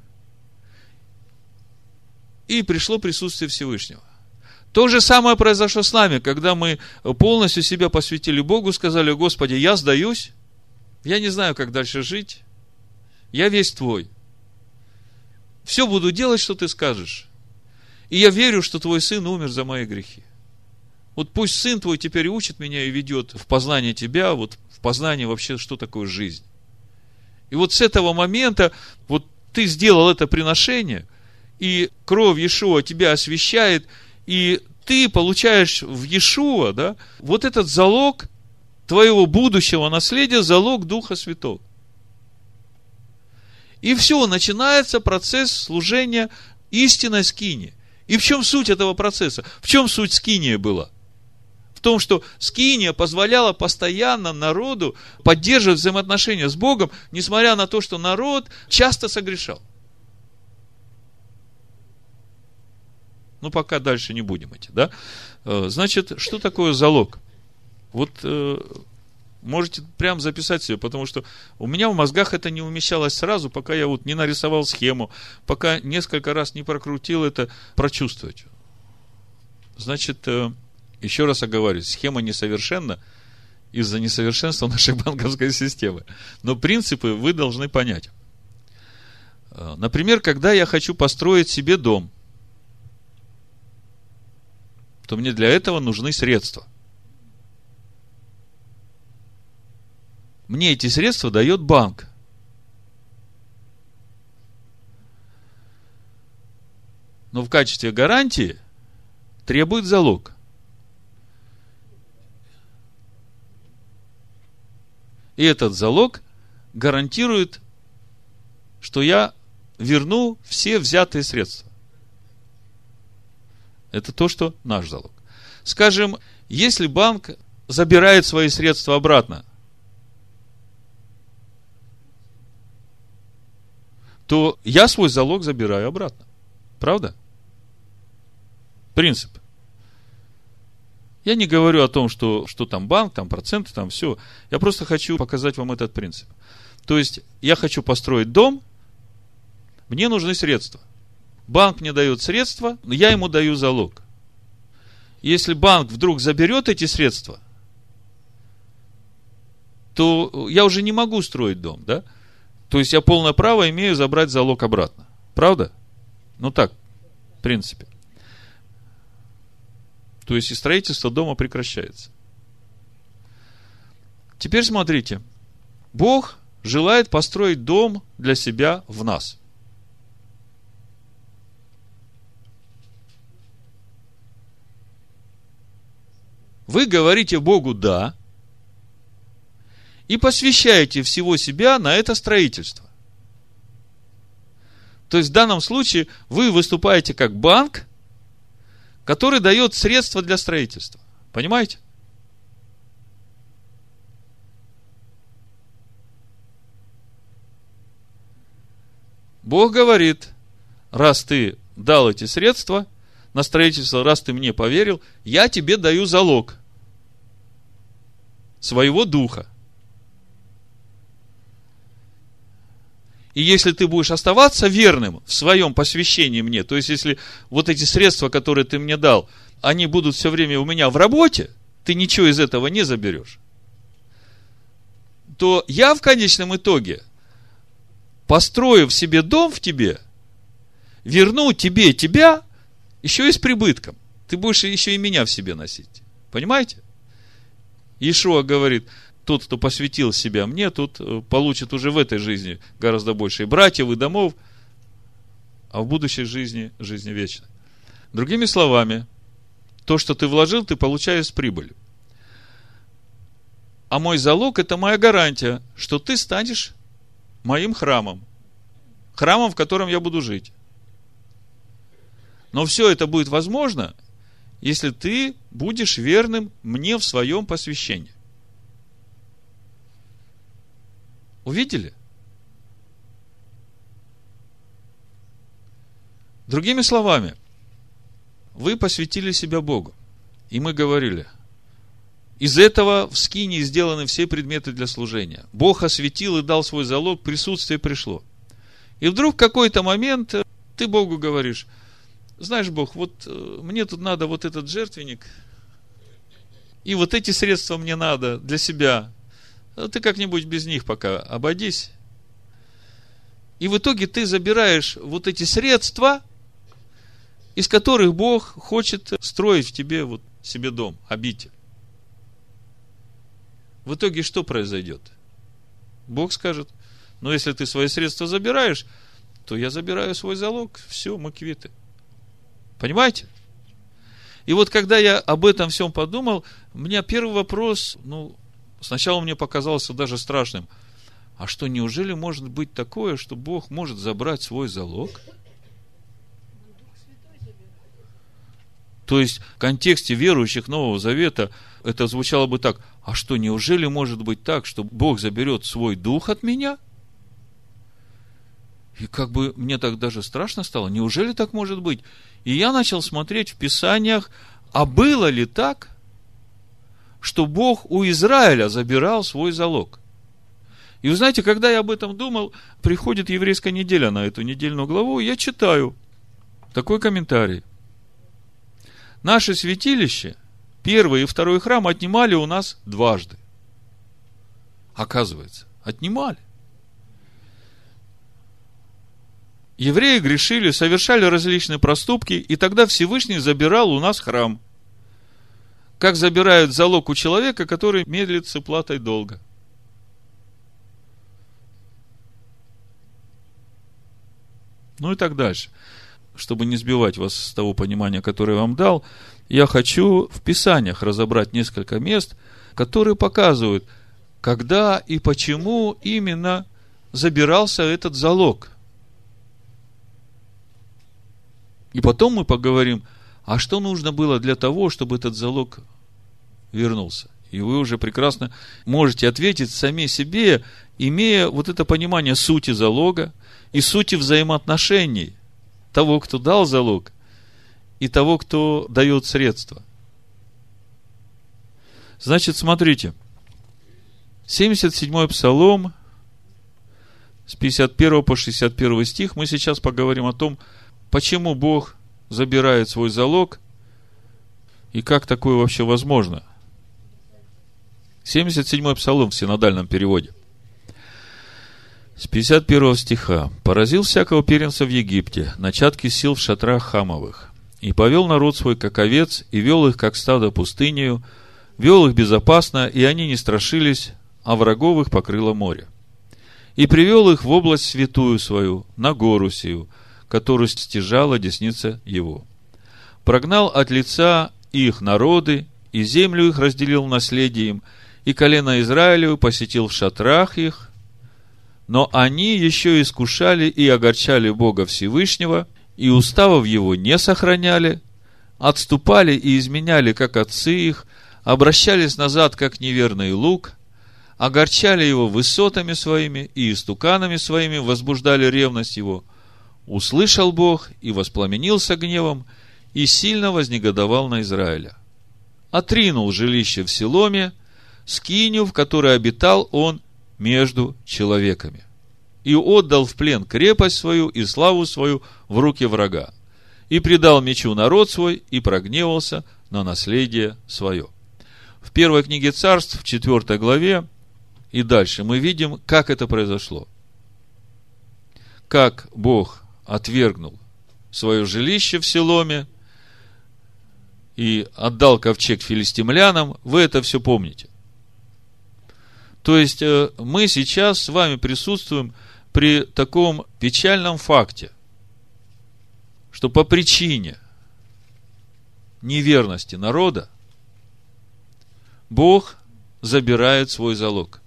и пришло присутствие Всевышнего. То же самое произошло с нами, когда мы полностью себя посвятили Богу, сказали: Господи, я сдаюсь, я не знаю, как дальше жить, я весь Твой. Все буду делать, что Ты скажешь. И я верю, что Твой Сын умер за мои грехи. Вот пусть Сын Твой теперь учит меня и ведет в познание Тебя, вот в познание вообще, что такое жизнь. И вот с этого момента, вот ты сделал это приношение, и кровь Иешуа тебя освящает, и ты получаешь в Иешуа, да, вот этот залог твоего будущего наследия, залог Духа Святого. И все, начинается процесс служения истинной скинии. И в чем суть этого процесса? В чем суть скинии была? В том, что скиния позволяла постоянно народу поддерживать взаимоотношения с Богом, несмотря на то, что народ часто согрешал. Ну, пока дальше не будем идти, да? Значит, что такое залог? Вот э, можете прям записать себе, потому что у меня в мозгах это не умещалось сразу, пока я вот не нарисовал схему, пока несколько раз не прокрутил это, прочувствовать. Значит, э, еще раз оговорюсь, схема несовершенна из-за несовершенства нашей банковской системы. Но принципы вы должны понять. Например, когда я хочу построить себе дом, то мне для этого нужны средства. Мне эти средства дает банк. Но в качестве гарантии требует залог. И этот залог гарантирует, что я верну все взятые средства. Это то, что наш залог. Скажем, если банк забирает свои средства обратно, то я свой залог забираю обратно. Правда? Принцип. Я не говорю о том, что, что там банк, там проценты, там все. Я просто хочу показать вам этот принцип. То есть, я хочу построить дом, мне нужны средства. Банк мне дает средства, но я ему даю залог. Если банк вдруг заберет эти средства, то я уже не могу строить дом, да? То есть, я полное право имею забрать залог обратно. Правда? Ну так, в принципе. То есть, и строительство дома прекращается. Теперь смотрите. Бог желает построить дом для себя в нас. Вы говорите Богу «да» и посвящаете всего себя на это строительство. То есть, в данном случае вы выступаете как банк, который дает средства для строительства. Понимаете? Бог говорит, раз ты дал эти средства на строительство, раз ты мне поверил, я тебе даю залог своего духа. И если ты будешь оставаться верным в своем посвящении мне, то есть, если вот эти средства, которые ты мне дал, они будут все время у меня в работе, ты ничего из этого не заберешь, то я в конечном итоге, построив себе дом в тебе, верну тебе тебя еще и с прибытком. Ты будешь еще и меня в себе носить. Понимаете? Иешуа говорит, тот, кто посвятил себя мне, тот получит уже в этой жизни гораздо больше и братьев, и домов, а в будущей жизни, жизни вечной. Другими словами, то, что ты вложил, ты получаешь с прибылью. А мой залог – это моя гарантия, что ты станешь моим храмом. Храмом, в котором я буду жить. Но все это будет возможно, если ты будешь верным мне в своем посвящении. Увидели? Другими словами, вы посвятили себя Богу. И мы говорили, из этого в скинии сделаны все предметы для служения. Бог осветил и дал свой залог, присутствие пришло. И вдруг в какой-то момент ты Богу говоришь, знаешь, Бог, вот мне тут надо вот этот жертвенник, и вот эти средства мне надо для себя. Ты как-нибудь без них пока обойдись. И в итоге ты забираешь вот эти средства, из которых Бог хочет строить в тебе вот себе дом, обитель. В итоге что произойдет? Бог скажет, ну если ты свои средства забираешь, то я забираю свой залог, все, мы квиты. Понимаете? И вот когда я об этом всем подумал, у меня первый вопрос, ну, сначала мне показался даже страшным. А что, неужели может быть такое, что Бог может забрать свой залог? То есть, в контексте верующих Нового Завета это звучало бы так: а что, неужели может быть так, что Бог заберет свой дух от меня? И как бы мне так даже страшно стало. Неужели так может быть? И я начал смотреть в Писаниях, а было ли так, что Бог у Израиля забирал свой залог? И вы знаете, когда я об этом думал, приходит еврейская неделя на эту недельную главу, и я читаю такой комментарий. Наше святилище, первый и второй храм, отнимали у нас дважды. Оказывается, отнимали. Евреи грешили, совершали различные проступки, и тогда Всевышний забирал у нас храм. Как забирают залог у человека, который медлит с уплатой долга. Ну и так дальше. Чтобы не сбивать вас с того понимания, которое я вам дал, я хочу в Писаниях разобрать несколько мест, которые показывают, когда и почему именно забирался этот залог. И потом мы поговорим, а что нужно было для того, чтобы этот залог вернулся. И вы уже прекрасно можете ответить сами себе, имея вот это понимание сути залога и сути взаимоотношений того, кто дал залог, и того, кто дает средства. Значит, смотрите, семьдесят седьмой Псалом, с пятьдесят первого по шестьдесят первый стих, мы сейчас поговорим о том, почему Бог забирает свой залог, и как такое вообще возможно. семьдесят седьмой Псалом в синодальном переводе. С пятьдесят первого стиха. «Поразил всякого первенца в Египте, начатки сил в шатрах Хамовых, и повел народ свой, как овец, и вел их, как стадо, пустынею, вел их безопасно, и они не страшились, а врагов их покрыло море. И привел их в область святую свою, на гору сию, которую стяжала десница его. Прогнал от лица их народы, и землю их разделил наследием, и колено Израилеву посетил в шатрах их, но они еще искушали и огорчали Бога Всевышнего, и уставов его не сохраняли, отступали и изменяли, как отцы их, обращались назад, как неверный лук, огорчали его высотами своими и истуканами своими, возбуждали ревность его. Услышал Бог и воспламенился гневом, и сильно вознегодовал на Израиля. Отринул жилище в Силоме, скинию, в которой обитал он между человеками, и отдал в плен крепость свою и славу свою в руки врага, и предал мечу народ свой, и прогневался на наследие свое». В первой книге Царств, в четвертой главе, и дальше мы видим, как это произошло. Как Бог отвергнул свое жилище в Силоме и отдал ковчег филистимлянам, вы это все помните. То есть, мы сейчас с вами присутствуем при таком печальном факте, что по причине неверности народа Бог забирает свой залог,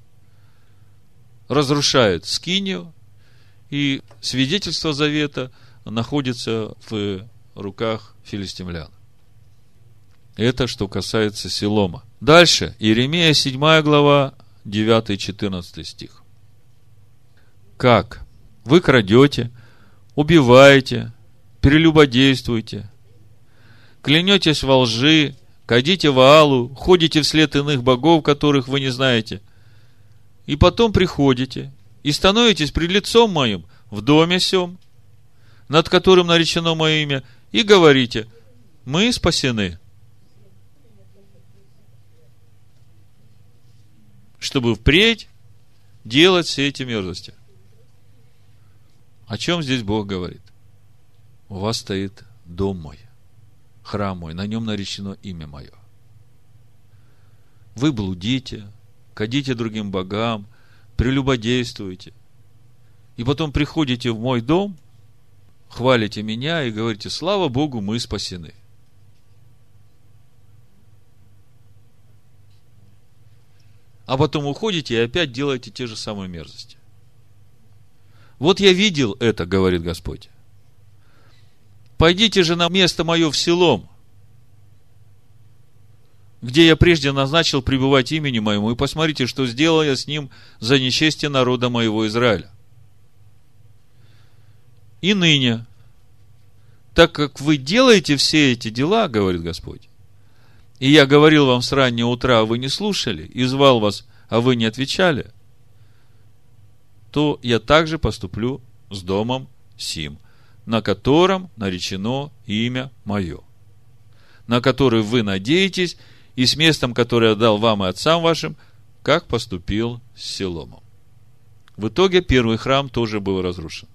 разрушает скинию, и свидетельство завета находится в руках филистимлян. Это что касается Силома. Дальше, Иеремия, седьмая глава, девятый-четырнадцатый стих. Как? Вы крадете, убиваете, прелюбодействуете, клянетесь во лжи, кадите Ваалу, ходите вслед иных богов, которых вы не знаете, и потом приходите и становитесь пред лицом моим в доме сем, над которым наречено мое имя, и говорите: мы спасены. Чтобы впредь делать все эти мерзости. О чем здесь Бог говорит? У вас стоит дом мой, храм мой, на нем наречено имя мое. Вы блудите, кадите другим богам, прелюбодействуете, и потом приходите в мой дом, хвалите меня и говорите: слава Богу, мы спасены. а потом уходите и опять делаете те же самые мерзости. Вот я видел это, говорит Господь. Пойдите же на место мое в Силом, где я прежде назначил пребывать имени моему, и посмотрите, что сделал я с ним за нечестие народа моего Израиля. И ныне, так как вы делаете все эти дела, говорит Господь, и я говорил вам с раннего утра, а вы не слушали, и звал вас, а вы не отвечали, то я также поступлю с домом сим, на котором наречено имя мое, на который вы надеетесь, и с местом, которое я дал вам и отцам вашим, как поступил с Силомом. В итоге первый храм тоже был разрушен.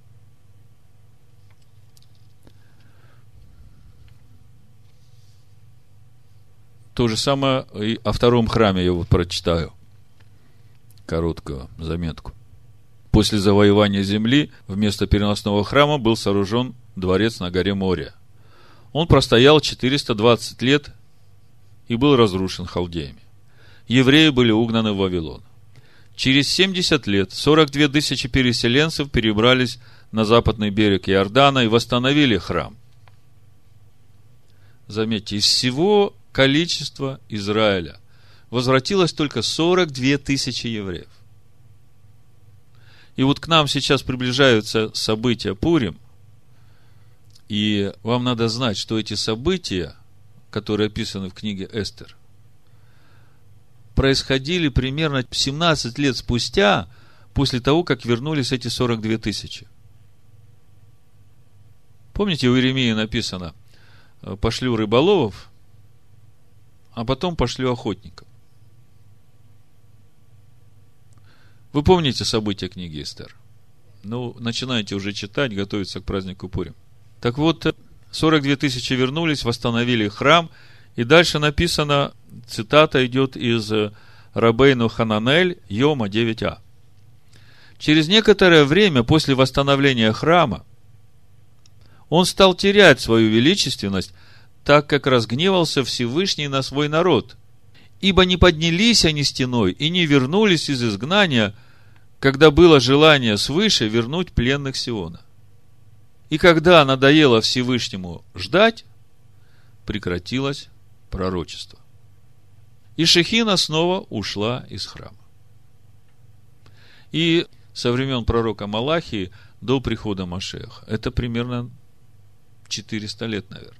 То же самое и о втором храме я вот прочитаю. Короткую заметку. После завоевания земли вместо переносного храма был сооружен дворец на горе Мория. Он простоял четыреста двадцать лет и был разрушен халдеями. Евреи были угнаны в Вавилон. Через семьдесят лет сорок две тысячи переселенцев перебрались на западный берег Иордана и восстановили храм. Заметьте, из всего количества Израиля возвратилось только сорок две тысячи евреев. И вот к нам сейчас приближаются события Пурим, и вам надо знать, что эти события, которые описаны в книге Эстер, происходили примерно семнадцать лет спустя, после того, как вернулись эти сорок две тысячи. Помните, у Иеремии написано: пошлю рыболовов, а потом пошлю охотников. Вы помните события книги Эстер? Ну, начинаете уже читать, готовиться к празднику Пурим. Так вот, сорок две тысячи вернулись, восстановили храм, и дальше написано, цитата идет из Рабейну Хананель, Йома девять а. Через некоторое время после восстановления храма он стал терять свою величественность, так как разгневался Всевышний на свой народ. Ибо не поднялись они стеной и не вернулись из изгнания, когда было желание свыше вернуть пленных Сиона. И когда надоело Всевышнему ждать, прекратилось пророчество. И Шехина снова ушла из храма. И со времен пророка Малахии до прихода Машиаха, это примерно четыреста лет, наверное.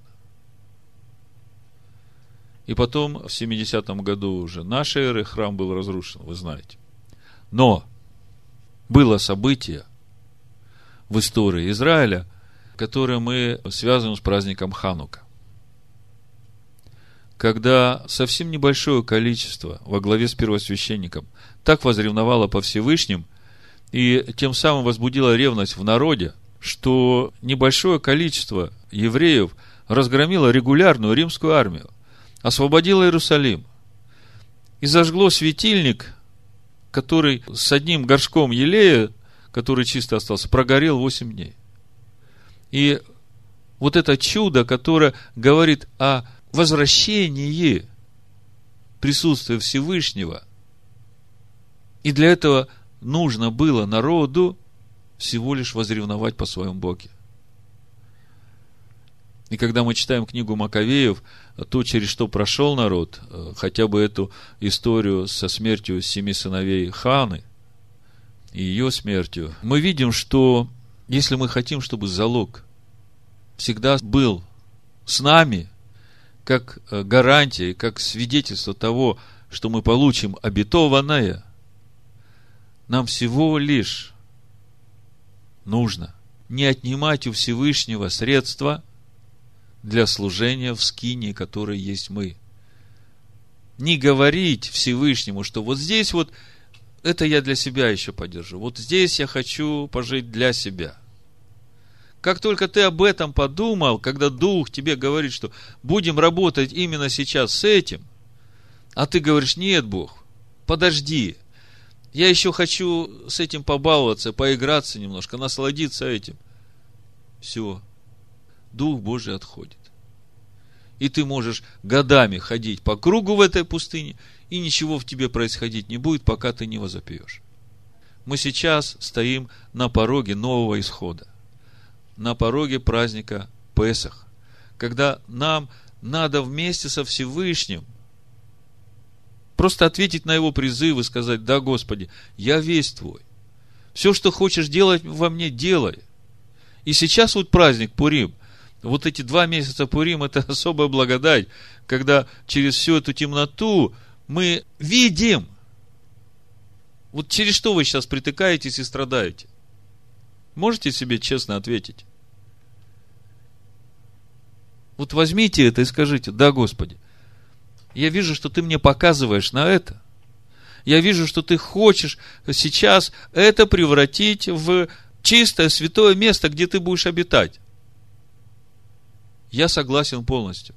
И потом в семидесятом году уже нашей эры храм был разрушен, вы знаете. Но было событие в истории Израиля, которое мы связываем с праздником Ханука. Когда совсем небольшое количество во главе с первосвященником так возревновало по Всевышним и тем самым возбудило ревность в народе, что небольшое количество евреев разгромило регулярную римскую армию, освободило Иерусалим и зажгло светильник, который с одним горшком елея, который чисто остался, прогорел восемь дней. И вот это чудо, которое говорит о возвращении присутствия Всевышнего, и для этого нужно было народу всего лишь возревновать по своему Боге. И когда мы читаем книгу Маковеев, то, через что прошел народ, хотя бы эту историю со смертью семи сыновей Ханы и ее смертью, мы видим, что если мы хотим, чтобы залог всегда был с нами, как гарантия, как свидетельство того, что мы получим обетованное, нам всего лишь нужно не отнимать у Всевышнего средства для служения в скинии, которой есть мы. Не говорить Всевышнему, что вот здесь вот это я для себя еще подержу, вот здесь я хочу пожить для себя. Как только ты об этом подумал, когда Дух тебе говорит, что будем работать именно сейчас с этим, а ты говоришь: нет, Бог, подожди, я еще хочу с этим побаловаться, поиграться немножко, насладиться этим. Все. Дух Божий отходит. И ты можешь годами ходить по кругу в этой пустыне, и ничего в тебе происходить не будет, пока ты не возопьешь. Мы сейчас стоим на пороге нового исхода, на пороге праздника Песах, когда нам надо вместе со Всевышним просто ответить на его призыв и сказать: да, Господи, я весь Твой. Все, что хочешь делать во мне, делай. И сейчас вот праздник Пурим. Вот эти два месяца Пурим – это особая благодать, когда через всю эту темноту мы видим. Вот через что вы сейчас притыкаетесь и страдаете? Можете себе честно ответить? Вот возьмите это и скажите: да, Господи, я вижу, что Ты мне показываешь на это. Я вижу, что Ты хочешь сейчас это превратить в чистое, святое место, где Ты будешь обитать. Я согласен полностью.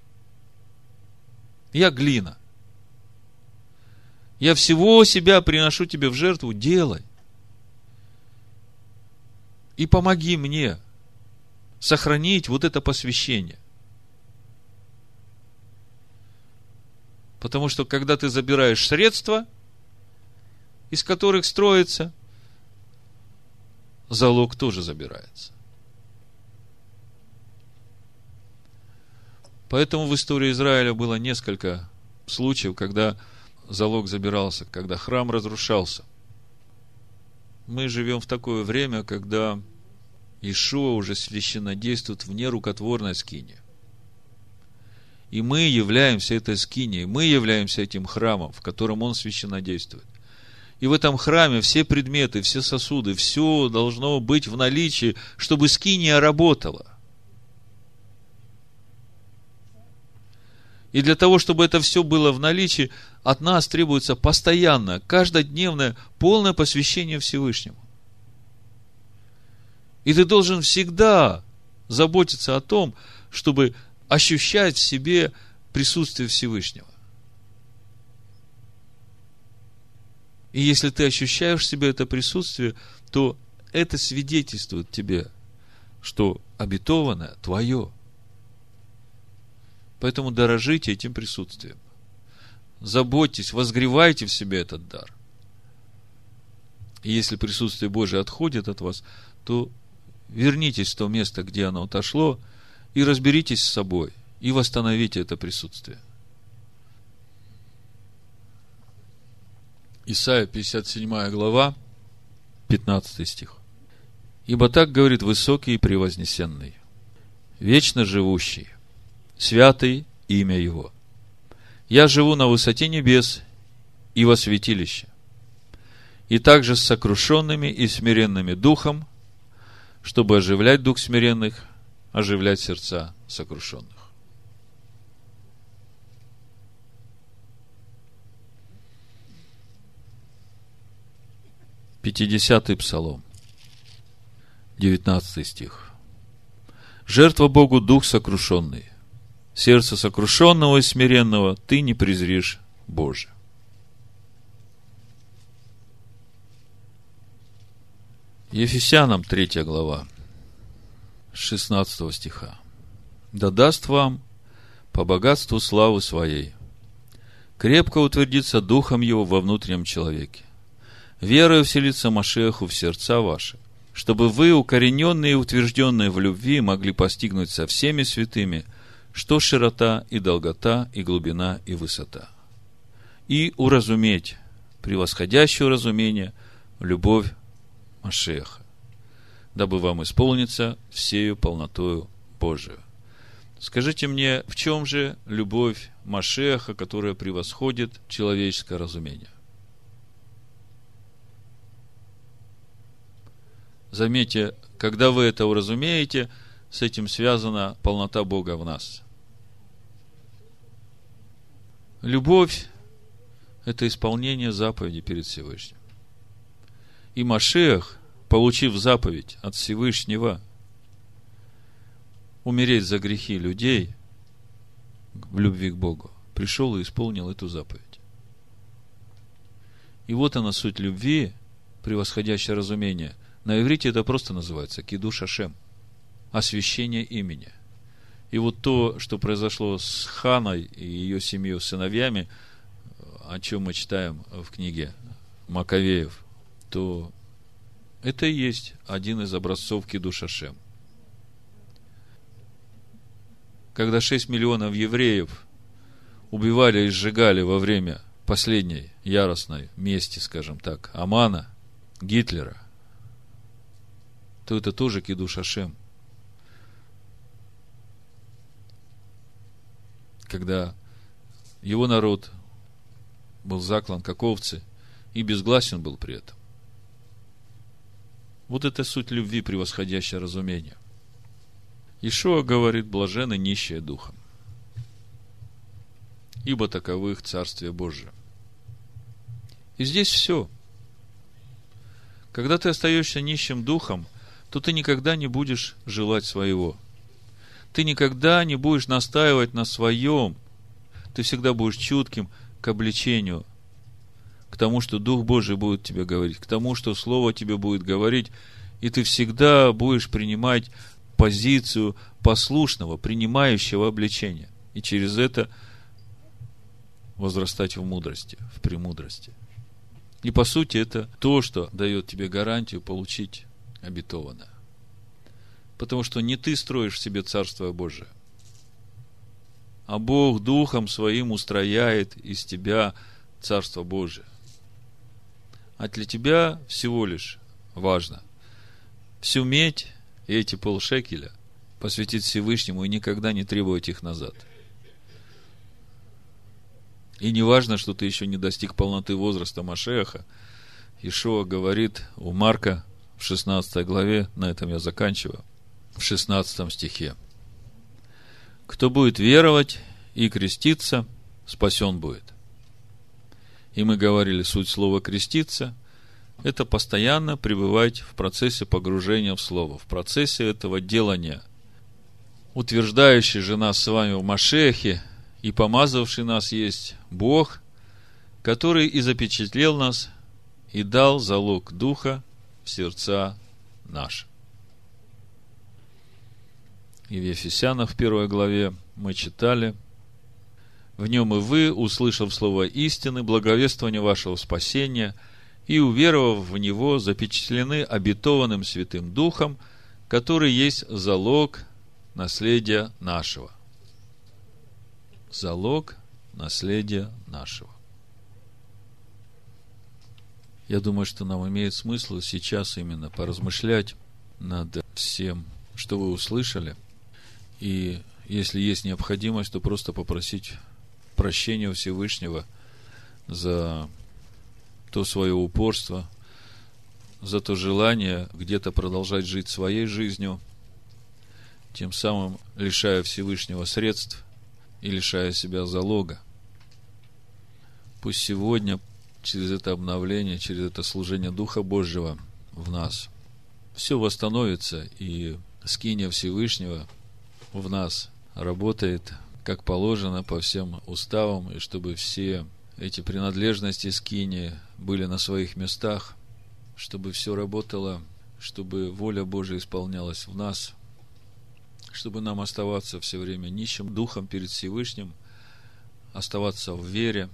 Я глина. Я всего себя приношу Тебе в жертву. Делай. И помоги мне сохранить вот это посвящение. Потому что, когда ты забираешь средства, из которых строится, залог тоже забирается. Поэтому в истории Израиля было несколько случаев, когда залог забирался, когда храм разрушался. Мы живем в такое время, когда Иешуа уже священнодействует в нерукотворной скинии. И мы являемся этой скинией, мы являемся этим храмом, в котором Он священнодействует. И в этом храме все предметы, все сосуды, все должно быть в наличии, чтобы скиния работала. И для того, чтобы это все было в наличии, от нас требуется постоянное, каждодневное, полное посвящение Всевышнему. И ты должен всегда заботиться о том, чтобы ощущать в себе присутствие Всевышнего. И если ты ощущаешь в себе это присутствие, то это свидетельствует тебе, что обетованное твое. Поэтому дорожите этим присутствием. Заботьтесь, возгревайте в себе этот дар. И если присутствие Божие отходит от вас, то вернитесь в то место, где оно отошло, и разберитесь с собой, и восстановите это присутствие. Исайя, пятьдесят седьмая глава, пятнадцатый стих. «Ибо так говорит высокий и превознесенный, вечно живущий, святый имя Его. Я живу на высоте небес и во святилище, и также с сокрушенными и смиренными духом, чтобы оживлять дух смиренных, оживлять сердца сокрушенных». пятидесятый псалом, девятнадцатый стих. «Жертва Богу дух сокрушенный, сердце сокрушенного и смиренного ты не презришь, Боже». Ефесянам третья глава, шестнадцатого стиха. «Да даст вам по богатству славы своей крепко утвердиться духом Его во внутреннем человеке, верою вселиться Машиаху в сердца ваши, чтобы вы, укорененные и утвержденные в любви, могли постигнуть со всеми святыми, что широта и долгота, и глубина, и высота, и уразуметь превосходящее разумение любовь Машиаха, дабы вам исполниться всею полнотою Божию». Скажите мне, в чем же любовь Машиаха, которая превосходит человеческое разумение? Заметьте, когда вы это уразумеете, с этим связана полнота Бога в нас. Любовь – это исполнение заповеди перед Всевышним. И Машиах, получив заповедь от Всевышнего умереть за грехи людей в любви к Богу, пришел и исполнил эту заповедь. И вот она суть любви, превосходящее разумение. На иврите это просто называется кидуш Ашем, освящение имени. И вот то, что произошло с Ханой и ее семью сыновьями, о чем мы читаем в книге Маковеев, то это и есть один из образцов Кидуш Ашем. Когда шесть миллионов евреев убивали и сжигали во время последней яростной мести, скажем так, Амана, Гитлера, то это тоже Кидуш Ашем. Когда его народ был заклан как овцы и безгласен был при этом. Вот это суть любви, превосходящее разумение. Иешуа говорит: блаженны нищие духом, ибо таковых Царствие Божие. И здесь все. Когда ты остаешься нищим духом, то ты никогда не будешь желать своего. Ты никогда не будешь настаивать на своем. Ты всегда будешь чутким к обличению, к тому, что Дух Божий будет тебе говорить, к тому, что Слово тебе будет говорить, и ты всегда будешь принимать позицию послушного, принимающего обличения, и через это возрастать в мудрости, в премудрости. И по сути это то, что дает тебе гарантию получить обетованное. Потому что не ты строишь в себе Царство Божие, а Бог Духом Своим устрояет из тебя Царство Божие. А для тебя всего лишь важно всю медь и эти полшекеля посвятить Всевышнему и никогда не требовать их назад. И не важно, что ты еще не достиг полноты возраста Машеха. Иешуа говорит у Марка в шестнадцатой главе, на этом я заканчиваю, в шестнадцатом стихе: кто будет веровать и креститься, спасен будет. И мы говорили, суть слова креститься – это постоянно пребывать в процессе погружения в Слово, в процессе этого делания, утверждающий же нас с вами в Машехе и помазавший нас есть Бог, который и запечатлел нас и дал залог Духа в сердца наши. И в Ефесянах в первой главе мы читали: в нем и вы, услышав слово истины, благовествование вашего спасения, и уверовав в него, запечатлены обетованным Святым Духом, который есть залог наследия нашего. Залог наследия нашего. Я думаю, что нам имеет смысл сейчас именно поразмышлять над всем, что вы услышали. И если есть необходимость, то просто попросить прощения у Всевышнего за то свое упорство, за то желание где-то продолжать жить своей жизнью, тем самым лишая Всевышнего средств и лишая себя залога. Пусть сегодня через это обновление, через это служение Духа Божьего в нас все восстановится, и скиния Всевышнего в нас работает как положено по всем уставам, и чтобы все эти принадлежности скинии были на своих местах, чтобы все работало, чтобы воля Божия исполнялась в нас, чтобы нам оставаться все время нищим духом перед Всевышним, оставаться в вере.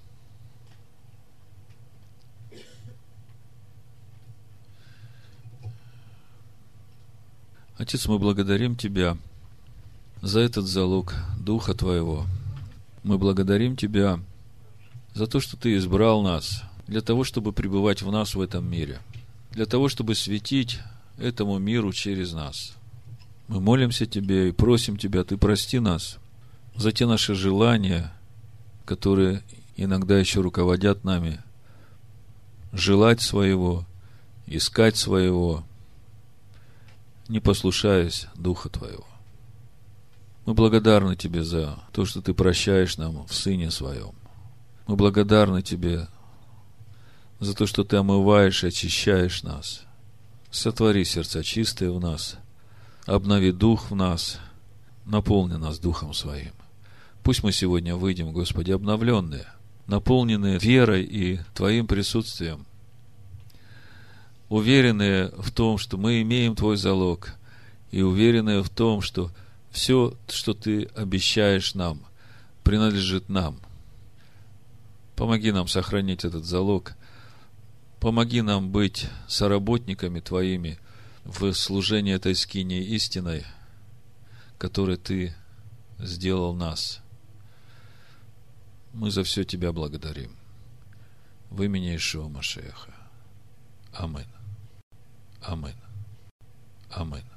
Отец, мы благодарим Тебя за этот залог Духа Твоего. Мы благодарим Тебя за то, что Ты избрал нас для того, чтобы пребывать в нас в этом мире, для того, чтобы светить этому миру через нас. Мы молимся Тебе и просим Тебя, Ты прости нас за те наши желания, которые иногда еще руководят нами, желать своего, искать своего, не послушаясь Духа Твоего. Мы благодарны Тебе за то, что Ты прощаешь нам в Сыне Своем. Мы благодарны Тебе за то, что Ты омываешь и очищаешь нас. Сотвори сердца чистые в нас, обнови Дух в нас, наполни нас Духом Своим. Пусть мы сегодня выйдем, Господи, обновленные, наполненные верой и Твоим присутствием, уверенные в том, что мы имеем Твой залог, и уверенные в том, что Все, что Ты обещаешь нам, принадлежит нам. Помоги нам сохранить этот залог. Помоги нам быть соработниками Твоими в служении этой скинии истиной, которой Ты сделал нас. Мы за все Тебя благодарим. В имени Иешуа Машиаха. Амин. Амин. Амин.